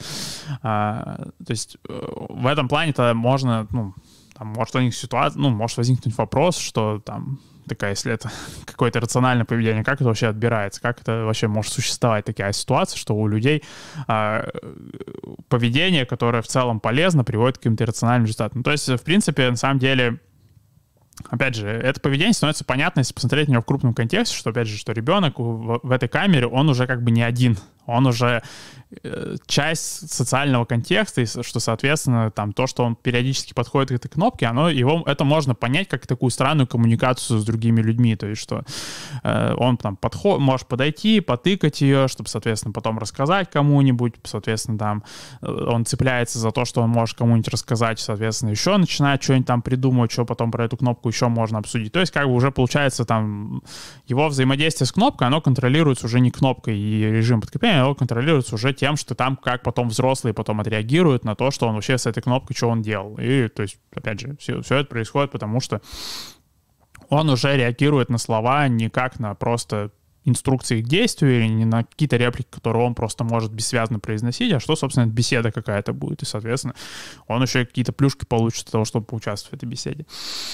А, то есть в этом плане-то можно, ну, там, может, у них ситуация, ну, может возникнуть вопрос, что там такая, если это какое-то рациональное поведение, как это вообще отбирается, как это вообще может существовать такая ситуация, что у людей а, поведение, которое в целом полезно, приводит к каким-то рациональным результатам. Ну, то есть, в принципе, на самом деле, опять же, это поведение становится понятно, если посмотреть на него в крупном контексте, что, опять же, что ребенок в, в этой камере, он уже как бы не один, он уже э, часть социального контекста, и что, соответственно, там то, что он периодически подходит к этой кнопке, оно, его, это можно понять как такую странную коммуникацию с другими людьми, то есть что э, он там подход, может подойти, потыкать ее, чтобы, соответственно, потом рассказать кому-нибудь, соответственно, там он цепляется за то, что он может кому-нибудь рассказать, соответственно, еще начинает что-нибудь там придумывать, что потом про эту кнопку еще можно обсудить. То есть как бы уже получается там его взаимодействие с кнопкой, оно контролируется уже не кнопкой и режим подкрепления, оно контролируется уже тем, что там как потом взрослые потом отреагируют на то, что он вообще с этой кнопкой, что он делал. И то есть, опять же, все, все это происходит потому, что он уже реагирует на слова не как на просто инструкции к действию или не на какие-то реплики, которые он просто может бессвязно произносить, а что, собственно, беседа какая-то будет. И, соответственно, он еще какие-то плюшки получит от того, чтобы поучаствовать в этой беседе.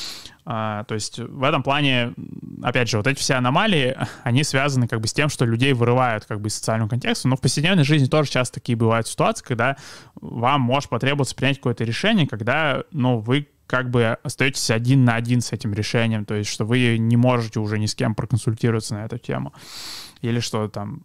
А, то есть в этом плане, опять же, вот эти все аномалии, они связаны как бы с тем, что людей вырывают как бы из социального контекста, но в повседневной жизни тоже часто такие бывают ситуации, когда вам может потребоваться принять какое-то решение, когда, ну, вы как бы остаетесь один на один с этим решением, то есть что вы не можете уже ни с кем проконсультироваться на эту тему. Или что там...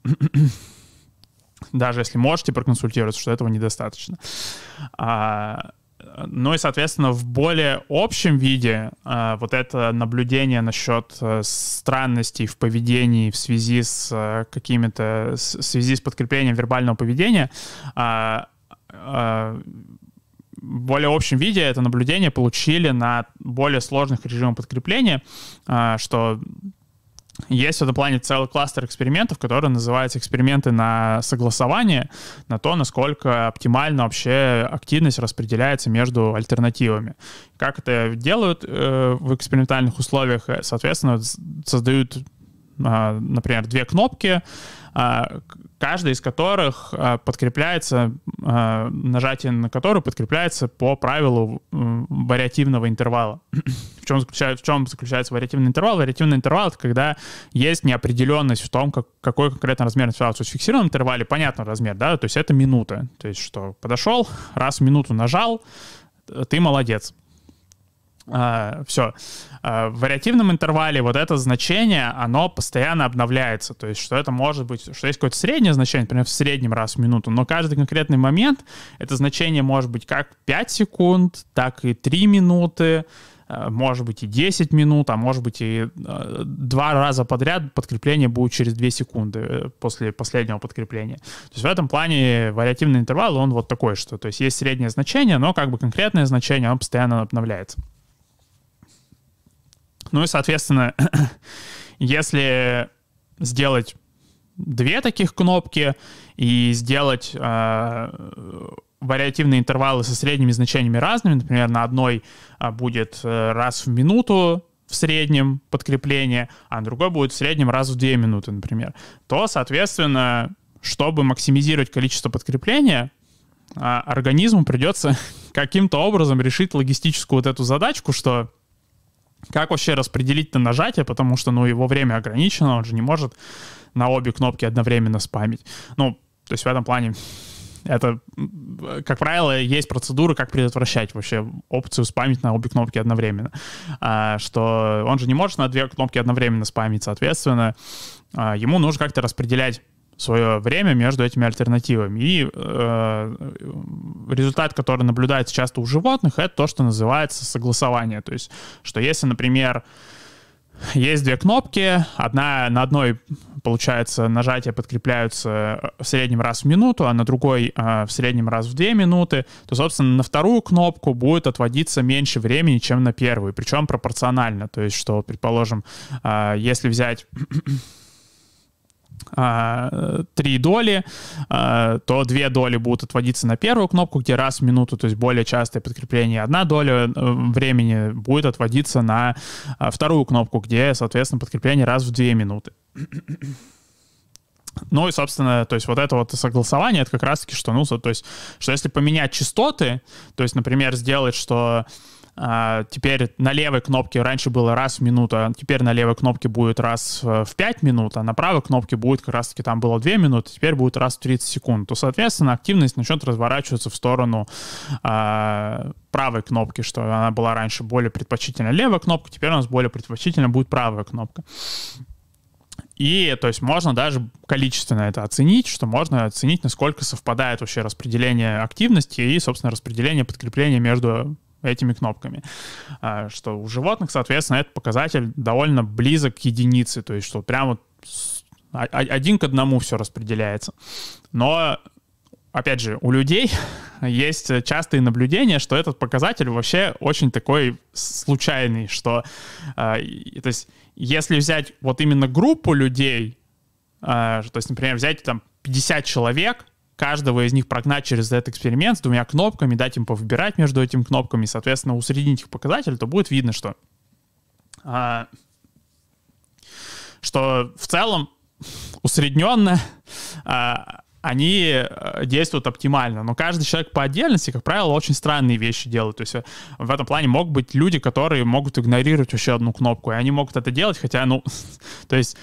Даже если можете проконсультироваться, что этого недостаточно. А... Ну и, соответственно, в более общем виде э, вот это наблюдение насчет э, странностей в поведении в связи с э, какими-то... С, в связи с подкреплением вербального поведения э, э, в более общем виде это наблюдение получили на более сложных режимах подкрепления, э, что... Есть в этом плане целый кластер экспериментов, которые называются эксперименты на согласование, на то, насколько оптимально вообще активность распределяется между альтернативами. Как это делают э, в экспериментальных условиях? Соответственно, создают, э, например, две кнопки, э, каждая из которых э, подкрепляется, э, нажатие на которую подкрепляется по правилу э, вариативного интервала. В чем, заключается, в чем заключается вариативный интервал? Вариативный интервал — это когда есть неопределенность в том, как, какой конкретно размер интервала. То есть в фиксированном интервале понятный размер, да, то есть это минута. То есть что подошел, раз в минуту нажал, ты молодец. Uh, все. Uh, в вариативном интервале вот это значение, оно постоянно обновляется. То есть, что это может быть, что есть какое-то среднее значение, например, в среднем раз в минуту, но каждый конкретный момент это значение может быть как пять секунд, так и три минуты, uh, может быть и десять минут, а может быть и uh, два раза подряд подкрепление будет через две секунды после последнего подкрепления. То есть в этом плане вариативный интервал, он вот такой, что то есть есть среднее значение, но как бы конкретное значение, оно постоянно обновляется. Ну и, соответственно, если сделать две таких кнопки и сделать э, вариативные интервалы со средними значениями разными, например, на одной э, будет э, раз в минуту в среднем подкрепление, а на другой будет в среднем раз в две минуты, например, то, соответственно, чтобы максимизировать количество подкрепления, э, организму придется каким-то образом решить логистическую вот эту задачку, что Как вообще распределить на нажатие, потому что, ну, его время ограничено, он же не может на обе кнопки одновременно спамить. Ну, то есть в этом плане это, как правило, есть процедуры, как предотвращать вообще опцию спамить на обе кнопки одновременно. А, что он же не может на две кнопки одновременно спамить, соответственно, а, ему нужно как-то распределять свое время между этими альтернативами. И э, результат, который наблюдается часто у животных, это то, что называется согласование. То есть, что если, например, есть две кнопки, одна, на одной, получается, нажатия подкрепляются в среднем раз в минуту, а на другой э, в среднем раз в две минуты, то, собственно, на вторую кнопку будет отводиться меньше времени, чем на первую, причем пропорционально. То есть, что, предположим, э, если взять три доли, то две доли будут отводиться на первую кнопку, где раз в минуту, то есть более частое подкрепление. Одна доля времени будет отводиться на вторую кнопку, где, соответственно, подкрепление раз в две минуты. Ну и, собственно, то есть вот это вот согласование, это как раз-таки что, ну, то есть, что если поменять частоты, то есть, например, сделать, что Uh, теперь на левой кнопке раньше было раз в минуту, а теперь на левой кнопке будет раз в пять минут, а на правой кнопке будет как раз-таки там было две минуты, теперь будет раз в тридцать секунд, то, соответственно, активность начнет разворачиваться в сторону uh, правой кнопки, что она была раньше более предпочтительна левая кнопка, теперь у нас более предпочтительна будет правая кнопка. И, то есть, можно даже количественно это оценить, что можно оценить, насколько совпадает вообще распределение активности и, собственно, распределение подкрепления между этими кнопками. Что у животных, соответственно, этот показатель довольно близок к единице, то есть что прямо один к одному все распределяется. Но, опять же, у людей есть частые наблюдения, что этот показатель вообще очень такой случайный, что, то есть, если взять вот именно группу людей, то есть, например, взять там пятьдесят человек, каждого из них прогнать через этот эксперимент с двумя кнопками, дать им повыбирать между этими кнопками, соответственно, усреднить их показатель, то будет видно, что, а, что в целом усредненно а, они действуют оптимально. Но каждый человек по отдельности, как правило, очень странные вещи делает. То есть в этом плане могут быть люди, которые могут игнорировать вообще одну кнопку, и они могут это делать, хотя, ну, то есть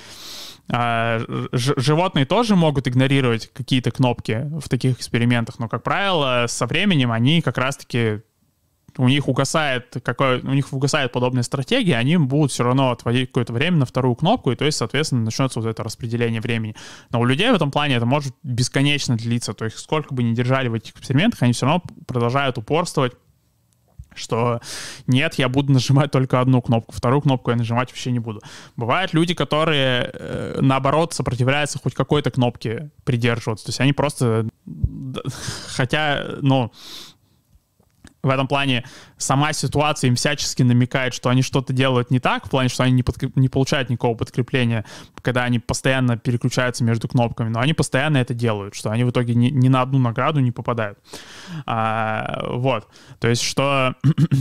животные тоже могут игнорировать какие-то кнопки в таких экспериментах, но, как правило, со временем они как раз-таки, у них угасает, какое, у них угасает подобная стратегия, они будут все равно отводить какое-то время на вторую кнопку, и то есть, соответственно, начнется вот это распределение времени. Но у людей в этом плане это может бесконечно длиться, то есть сколько бы ни держали в этих экспериментах, они все равно продолжают упорствовать, что нет, я буду нажимать только одну кнопку, вторую кнопку я нажимать вообще не буду. Бывают люди, которые, э, наоборот, сопротивляются хоть какой-то кнопке придерживаться. То есть они просто... Хотя, ну... В этом плане сама ситуация им всячески намекает, что они что-то делают не так, в плане, что они не, подкреп... не получают никакого подкрепления, когда они постоянно переключаются между кнопками, но они постоянно это делают, что они в итоге ни, ни на одну награду не попадают. А, вот. То есть, что...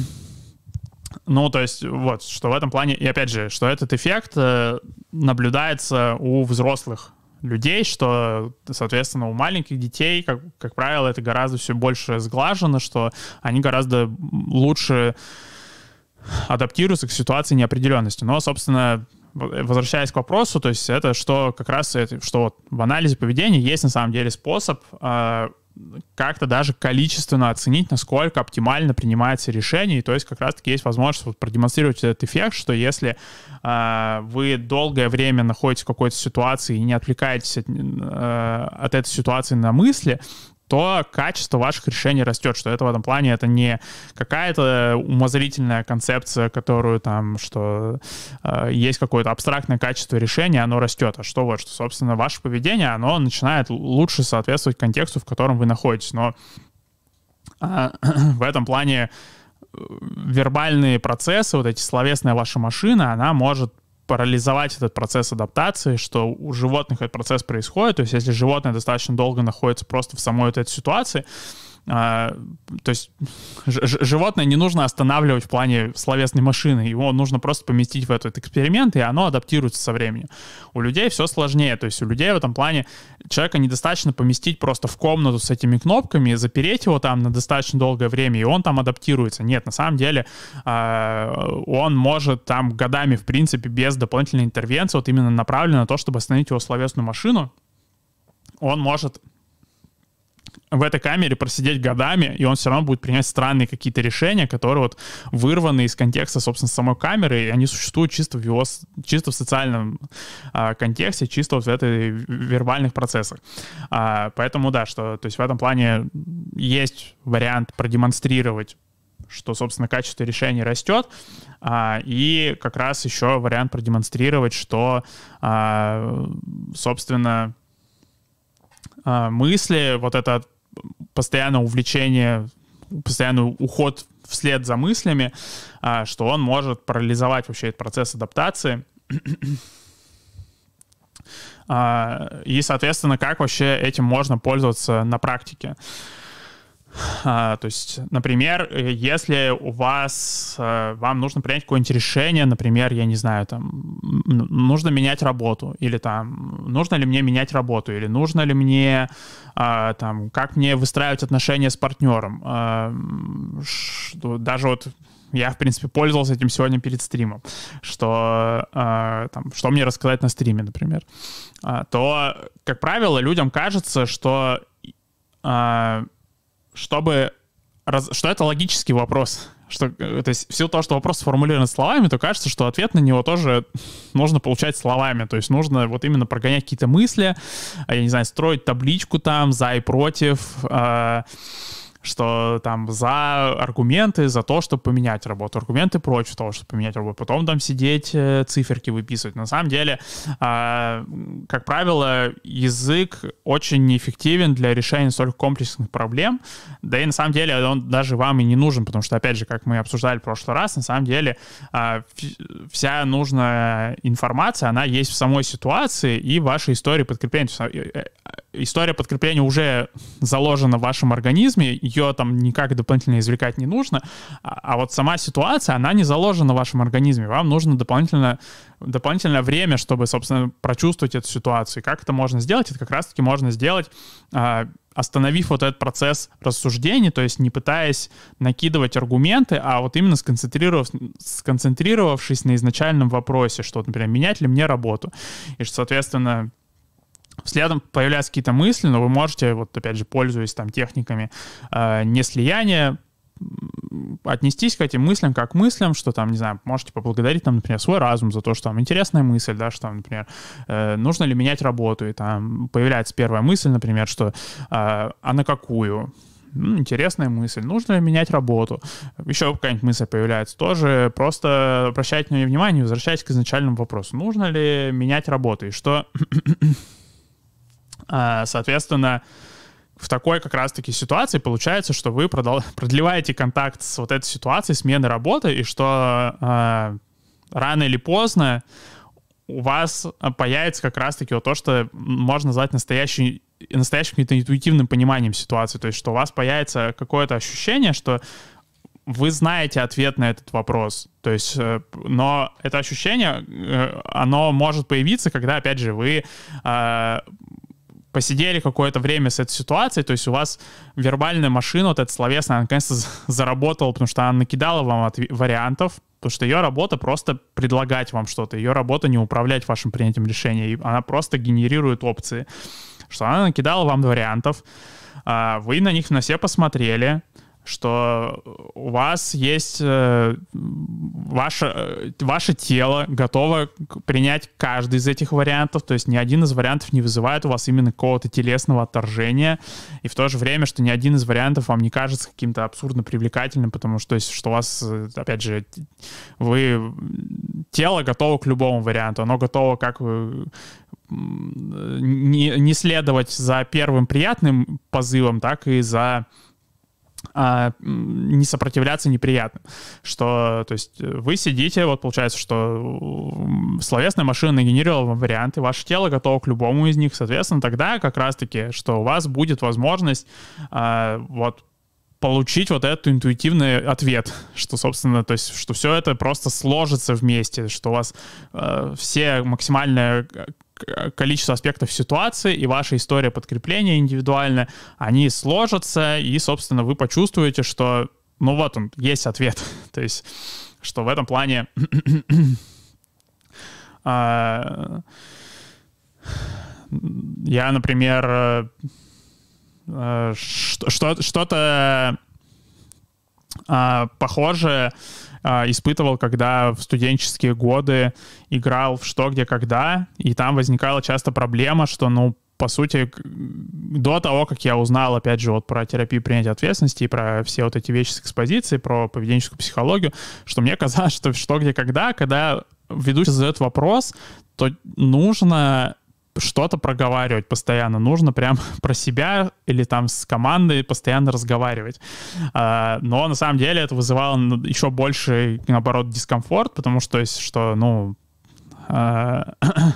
Ну, то есть, вот, что в этом плане... И опять же, что этот эффект наблюдается у взрослых людей, что, соответственно, у маленьких детей, как, как правило, это гораздо все больше сглажено, что они гораздо лучше адаптируются к ситуации неопределенности. Но, собственно, возвращаясь к вопросу, то есть это что как раз, это, что вот в анализе поведения есть на самом деле способ э, как-то даже количественно оценить, насколько оптимально принимается решение, и то есть как раз-таки есть возможность вот продемонстрировать этот эффект, что если э, вы долгое время находитесь в какой-то ситуации и не отвлекаетесь от, э, от этой ситуации на мысли, то качество ваших решений растет, что это в этом плане это не какая-то умозрительная концепция, которую там, что э, есть какое-то абстрактное качество решения, оно растет, а что вот, что, собственно, ваше поведение, оно начинает лучше соответствовать контексту, в котором вы находитесь, но э, в этом плане вербальные процессы, вот эти словесная ваша машина, она может парализовать этот процесс адаптации, что у животных этот процесс происходит. То есть если животное достаточно долго находится просто в самой вот этой ситуации, то есть животное не нужно останавливать в плане словесной машины, его нужно просто поместить в этот эксперимент, и оно адаптируется со временем. У людей все сложнее, то есть у людей в этом плане человека недостаточно поместить просто в комнату с этими кнопками, запереть его там на достаточно долгое время, и он там адаптируется. Нет, на самом деле он может там годами, в принципе, без дополнительной интервенции, вот именно направлена на то, чтобы остановить его словесную машину, он может в этой камере просидеть годами, и он все равно будет принимать странные какие-то решения, которые вот вырваны из контекста, собственно, самой камеры, и они существуют чисто в его, чисто в социальном а, контексте, чисто вот в этой вербальных процессах. А, поэтому, да, что, то есть в этом плане есть вариант продемонстрировать, что, собственно, качество решений растет, а, и как раз еще вариант продемонстрировать, что, а, собственно, а, мысли, вот это постоянное увлечение, постоянный уход вслед за мыслями, а, что он может парализовать вообще этот процесс адаптации. а, и, соответственно, как вообще этим можно пользоваться на практике. А, то есть, например, если у вас, а, вам нужно принять какое-нибудь решение, например, я не знаю, там, нужно менять работу, или там, нужно ли мне менять работу, или нужно ли мне, а, там, как мне выстраивать отношения с партнером. А, что, даже вот я, в принципе, пользовался этим сегодня перед стримом, что, а, там, что мне рассказать на стриме, например, а, то, как правило, людям кажется, что а, чтобы, раз, что это логический вопрос, что, то есть в силу того, что вопрос сформулирован словами, то кажется, что ответ на него тоже нужно получать словами, то есть нужно вот именно прогонять какие-то мысли, я не знаю, строить табличку там за и против, э, что там за аргументы, за то, чтобы поменять работу, аргументы против того, чтобы поменять работу, потом там сидеть, циферки выписывать. На самом деле, э, как правило, язык очень неэффективен для решения столь комплексных проблем, да и на самом деле он даже вам и не нужен, потому что, опять же, как мы обсуждали в прошлый раз, на самом деле э, вся нужная информация, она есть в самой ситуации и в вашей истории подкрепления. История подкрепления уже заложена в вашем организме, ее там никак дополнительно извлекать не нужно, а, а вот сама ситуация, она не заложена в вашем организме. Вам нужно дополнительно, дополнительное время, чтобы, собственно, прочувствовать эту ситуацию. И как это можно сделать? Это как раз-таки можно сделать, а, остановив вот этот процесс рассуждений, то есть не пытаясь накидывать аргументы, а вот именно сконцентрировав, сконцентрировавшись на изначальном вопросе, что, например, менять ли мне работу. И что, соответственно, следом появляются какие-то мысли, но вы можете, вот опять же, пользуясь там техниками э, неслияния, отнестись к этим мыслям как к мыслям, что там, не знаю, можете поблагодарить там, например, свой разум за то, что там интересная мысль, да, что там, например, э, нужно ли менять работу, и там появляется первая мысль, например, что э, а на какую? Интересная мысль. Нужно ли менять работу? Еще какая-нибудь мысль появляется. Тоже просто обращайте на нее внимание, возвращайтесь к изначальному вопросу. Нужно ли менять работу? И что... Соответственно, в такой как раз-таки ситуации получается, что вы продлеваете контакт с вот этой ситуацией смены работы, и что э, рано или поздно у вас появится как раз-таки вот то, что можно назвать настоящим, настоящим интуитивным пониманием ситуации. То есть что у вас появится какое-то ощущение, что вы знаете ответ на этот вопрос. То есть, но это ощущение, оно может появиться, когда, опять же, вы... Э, посидели какое-то время с этой ситуацией, то есть у вас вербальная машина, вот эта словесная, она наконец-то заработала, потому что она накидала вам отв- вариантов, потому что ее работа просто предлагать вам что-то, ее работа не управлять вашим принятием решения, и она просто генерирует опции. Что она накидала вам вариантов, вы на них на все посмотрели, что у вас есть э, ваше, ваше тело готово принять каждый из этих вариантов, то есть ни один из вариантов не вызывает у вас именно какого-то телесного отторжения, и в то же время, что ни один из вариантов вам не кажется каким-то абсурдно привлекательным, потому что, то есть, что у вас, опять же, вы, тело готово к любому варианту, оно готово как не, не следовать за первым приятным позывом, так и за А, не сопротивляться неприятным. Что, то есть вы сидите, вот получается, что словесная машина нагенерировала вам варианты, ваше тело готово к любому из них, соответственно, тогда как раз-таки, что у вас будет возможность а, вот получить вот этот интуитивный ответ, что, собственно, то есть, что все это просто сложится вместе, что у вас э, все максимальное количество аспектов ситуации и ваша история подкрепления индивидуальная, они сложатся, и, собственно, вы почувствуете, что, ну вот он, есть ответ. То есть, что в этом плане э, я, например, э, что- что-то э, похожее э, испытывал, когда в студенческие годы играл в «Что, где, когда», и там возникала часто проблема, что, ну, по сути, к- до того, как я узнал, опять же, вот про терапию принятия ответственности и про все вот эти вещи с экспозицией, про поведенческую психологию, что мне казалось, что в «Что, где, когда», когда ведущий задает вопрос, то нужно что-то проговаривать постоянно, нужно прям про себя или там с командой постоянно разговаривать. А, Но на самом деле это вызывало н- еще больше, наоборот, дискомфорт, потому что, то есть, что, ну, а,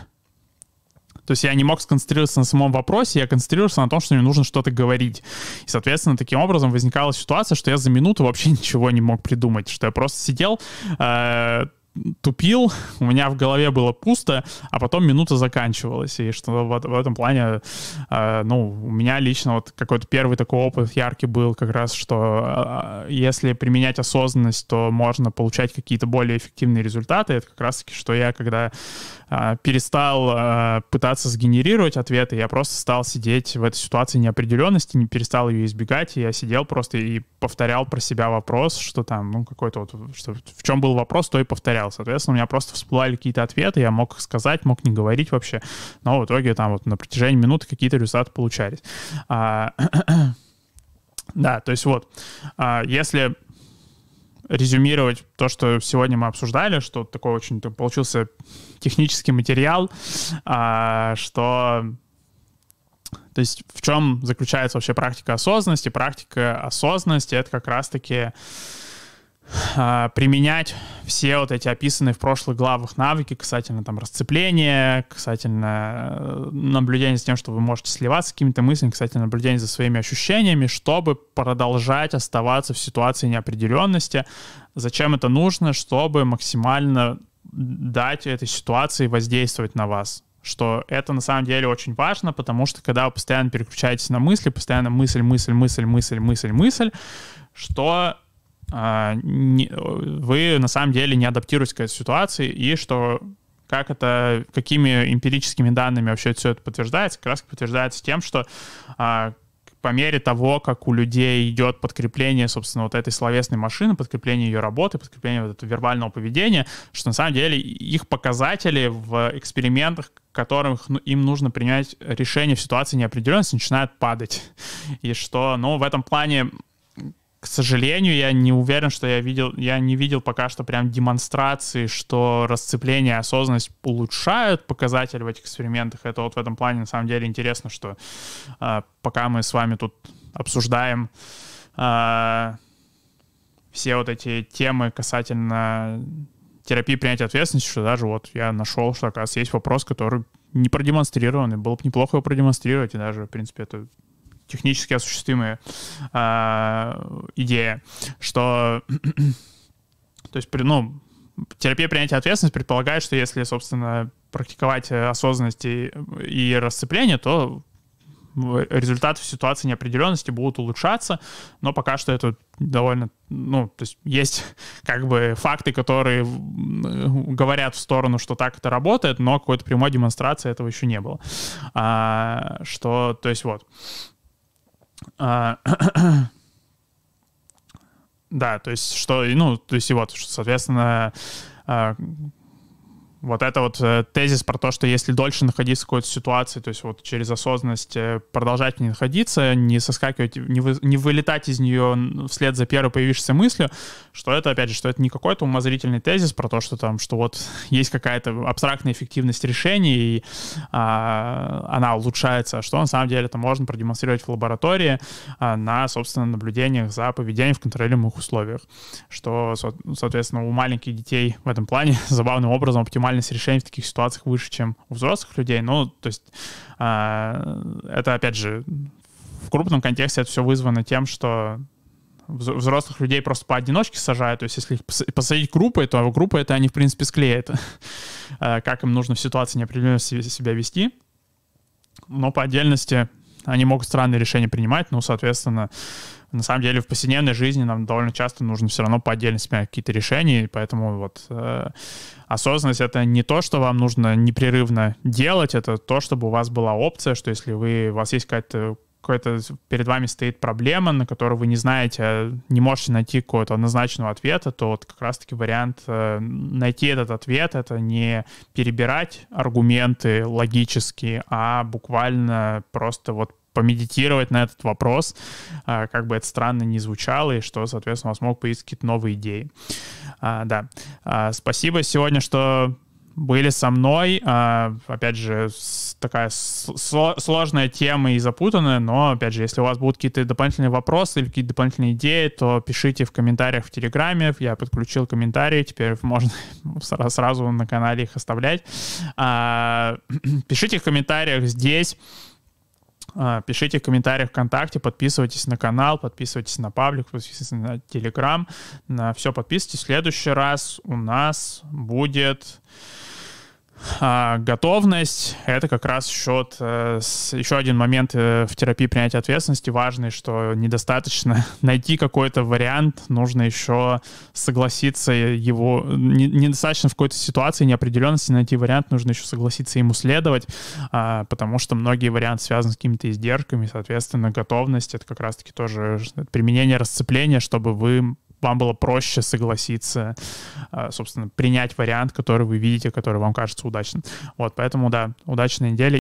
то есть я не мог сконцентрироваться на самом вопросе, я концентрировался на том, что мне нужно что-то говорить. И, соответственно, таким образом возникала ситуация, что я за минуту вообще ничего не мог придумать, что я просто сидел, э, тупил, у меня в голове было пусто, а потом минута заканчивалась. И что в, в этом плане, э, ну, у меня лично вот какой-то первый такой опыт яркий был как раз, что э, если применять осознанность, то можно получать какие-то более эффективные результаты. Это как раз-таки, что я, когда э, перестал э, пытаться сгенерировать ответы, я просто стал сидеть в этой ситуации неопределенности, не перестал ее избегать, и я сидел просто и повторял про себя вопрос, что там, ну, какой-то вот, что, в чем был вопрос, то и повторял. Соответственно, у меня просто всплывали какие-то ответы, я мог их сказать, мог не говорить вообще, но в итоге там вот на протяжении минуты какие-то результаты получались. А, да, то есть вот, а, если резюмировать то, что сегодня мы обсуждали, что такой очень так получился технический материал, а, что... То есть в чем заключается вообще практика осознанности? Практика осознанности — это как раз-таки э, применять все вот эти описанные в прошлых главах навыки касательно там расцепления, касательно э, наблюдения за тем, что вы можете сливаться с какими-то мыслями, касательно наблюдения за своими ощущениями, чтобы продолжать оставаться в ситуации неопределенности. Зачем это нужно? Чтобы максимально дать этой ситуации воздействовать на вас. Что это на самом деле очень важно, потому что когда вы постоянно переключаетесь на мысли, постоянно мысль, мысль, мысль, мысль, мысль, мысль, что э, не, вы на самом деле не адаптируетесь к этой ситуации, и что как это, какими эмпирическими данными вообще все это подтверждается, как раз подтверждается тем, что э, по мере того, как у людей идет подкрепление, собственно, вот этой словесной машины, подкрепление ее работы, подкрепление вот этого вербального поведения, что на самом деле их показатели в экспериментах, в которых ну, им нужно принять решение в ситуации неопределенности, начинают падать. И что, ну, в этом плане, к сожалению, я не уверен, что я видел, я не видел пока что прям демонстрации, что расцепление и осознанность улучшают показатели в этих экспериментах. Это вот в этом плане на самом деле интересно, что э, пока мы с вами тут обсуждаем э, все вот эти темы касательно терапии принятия ответственности, что даже вот я нашел, что, оказывается, есть вопрос, который не продемонстрирован, и было бы неплохо его продемонстрировать, и даже, в принципе, это технически осуществимая э, идея, что то есть, ну, терапия принятия ответственности предполагает, что если, собственно, практиковать осознанность и, и расцепление, то результаты в ситуации неопределенности будут улучшаться, но пока что это довольно, ну, то есть есть как бы факты, которые говорят в сторону, что так это работает, но какой-то прямой демонстрации этого еще не было. А, что, то есть вот. А, да, то есть что, ну, то есть и вот, соответственно, а, вот это вот э, тезис про то, что если дольше находиться в какой-то ситуации, то есть вот через осознанность э, продолжать не находиться, не соскакивать, не, вы, не вылетать из нее вслед за первой появившейся мыслью, что это, опять же, что это не какой-то умозрительный тезис про то, что там, что вот есть какая-то абстрактная эффективность решений, и а, она улучшается, а что на самом деле это можно продемонстрировать в лаборатории а, на, собственно, наблюдениях за поведением в контролируемых условиях, что, со, соответственно, у маленьких детей в этом плане забавным образом оптимально решений в таких ситуациях выше, чем у взрослых людей. Ну, то есть э, это, опять же, в крупном контексте это все вызвано тем, что взрослых людей просто поодиночке сажают, то есть если их посадить группой, то группа это они, в принципе, склеят, как им нужно в ситуации неопределенности себя вести. Но по отдельности они могут странные решения принимать, ну, соответственно, на самом деле в повседневной жизни нам довольно часто нужно все равно по отдельности принять какие-то решения, и поэтому вот э, осознанность — это не то, что вам нужно непрерывно делать, это то, чтобы у вас была опция, что если вы, у вас есть какая-то какой-то перед вами стоит проблема, на которую вы не знаете, не можете найти какого-то однозначного ответа, то вот как раз-таки вариант э, найти этот ответ — это не перебирать аргументы логические, а буквально просто вот помедитировать на этот вопрос, э, как бы это странно ни звучало, и что, соответственно, у вас могут появиться какие-то новые идеи. А, да. А, спасибо сегодня, что были со мной. А, опять же, такая сложная тема и запутанная, но, опять же, если у вас будут какие-то дополнительные вопросы или какие-то дополнительные идеи, то пишите в комментариях в Телеграме. Я подключил комментарии, теперь можно сразу на канале их оставлять. А, пишите в комментариях здесь. Пишите в комментариях ВКонтакте, подписывайтесь на канал, подписывайтесь на паблик, подписывайтесь на Телеграм, на все подписывайтесь. В следующий раз у нас будет а, готовность. Это как раз счет, э, с, еще один момент э, в терапии принятия ответственности важный, что недостаточно найти какой-то вариант, нужно еще согласиться его, не, недостаточно в какой-то ситуации неопределенности найти вариант, нужно еще согласиться ему следовать, а, потому что многие варианты связаны с какими-то издержками, соответственно, готовность — это как раз-таки тоже применение расцепления, чтобы вы вам было проще согласиться, собственно, принять вариант, который вы видите, который вам кажется удачным. Вот, поэтому, да, удачной недели.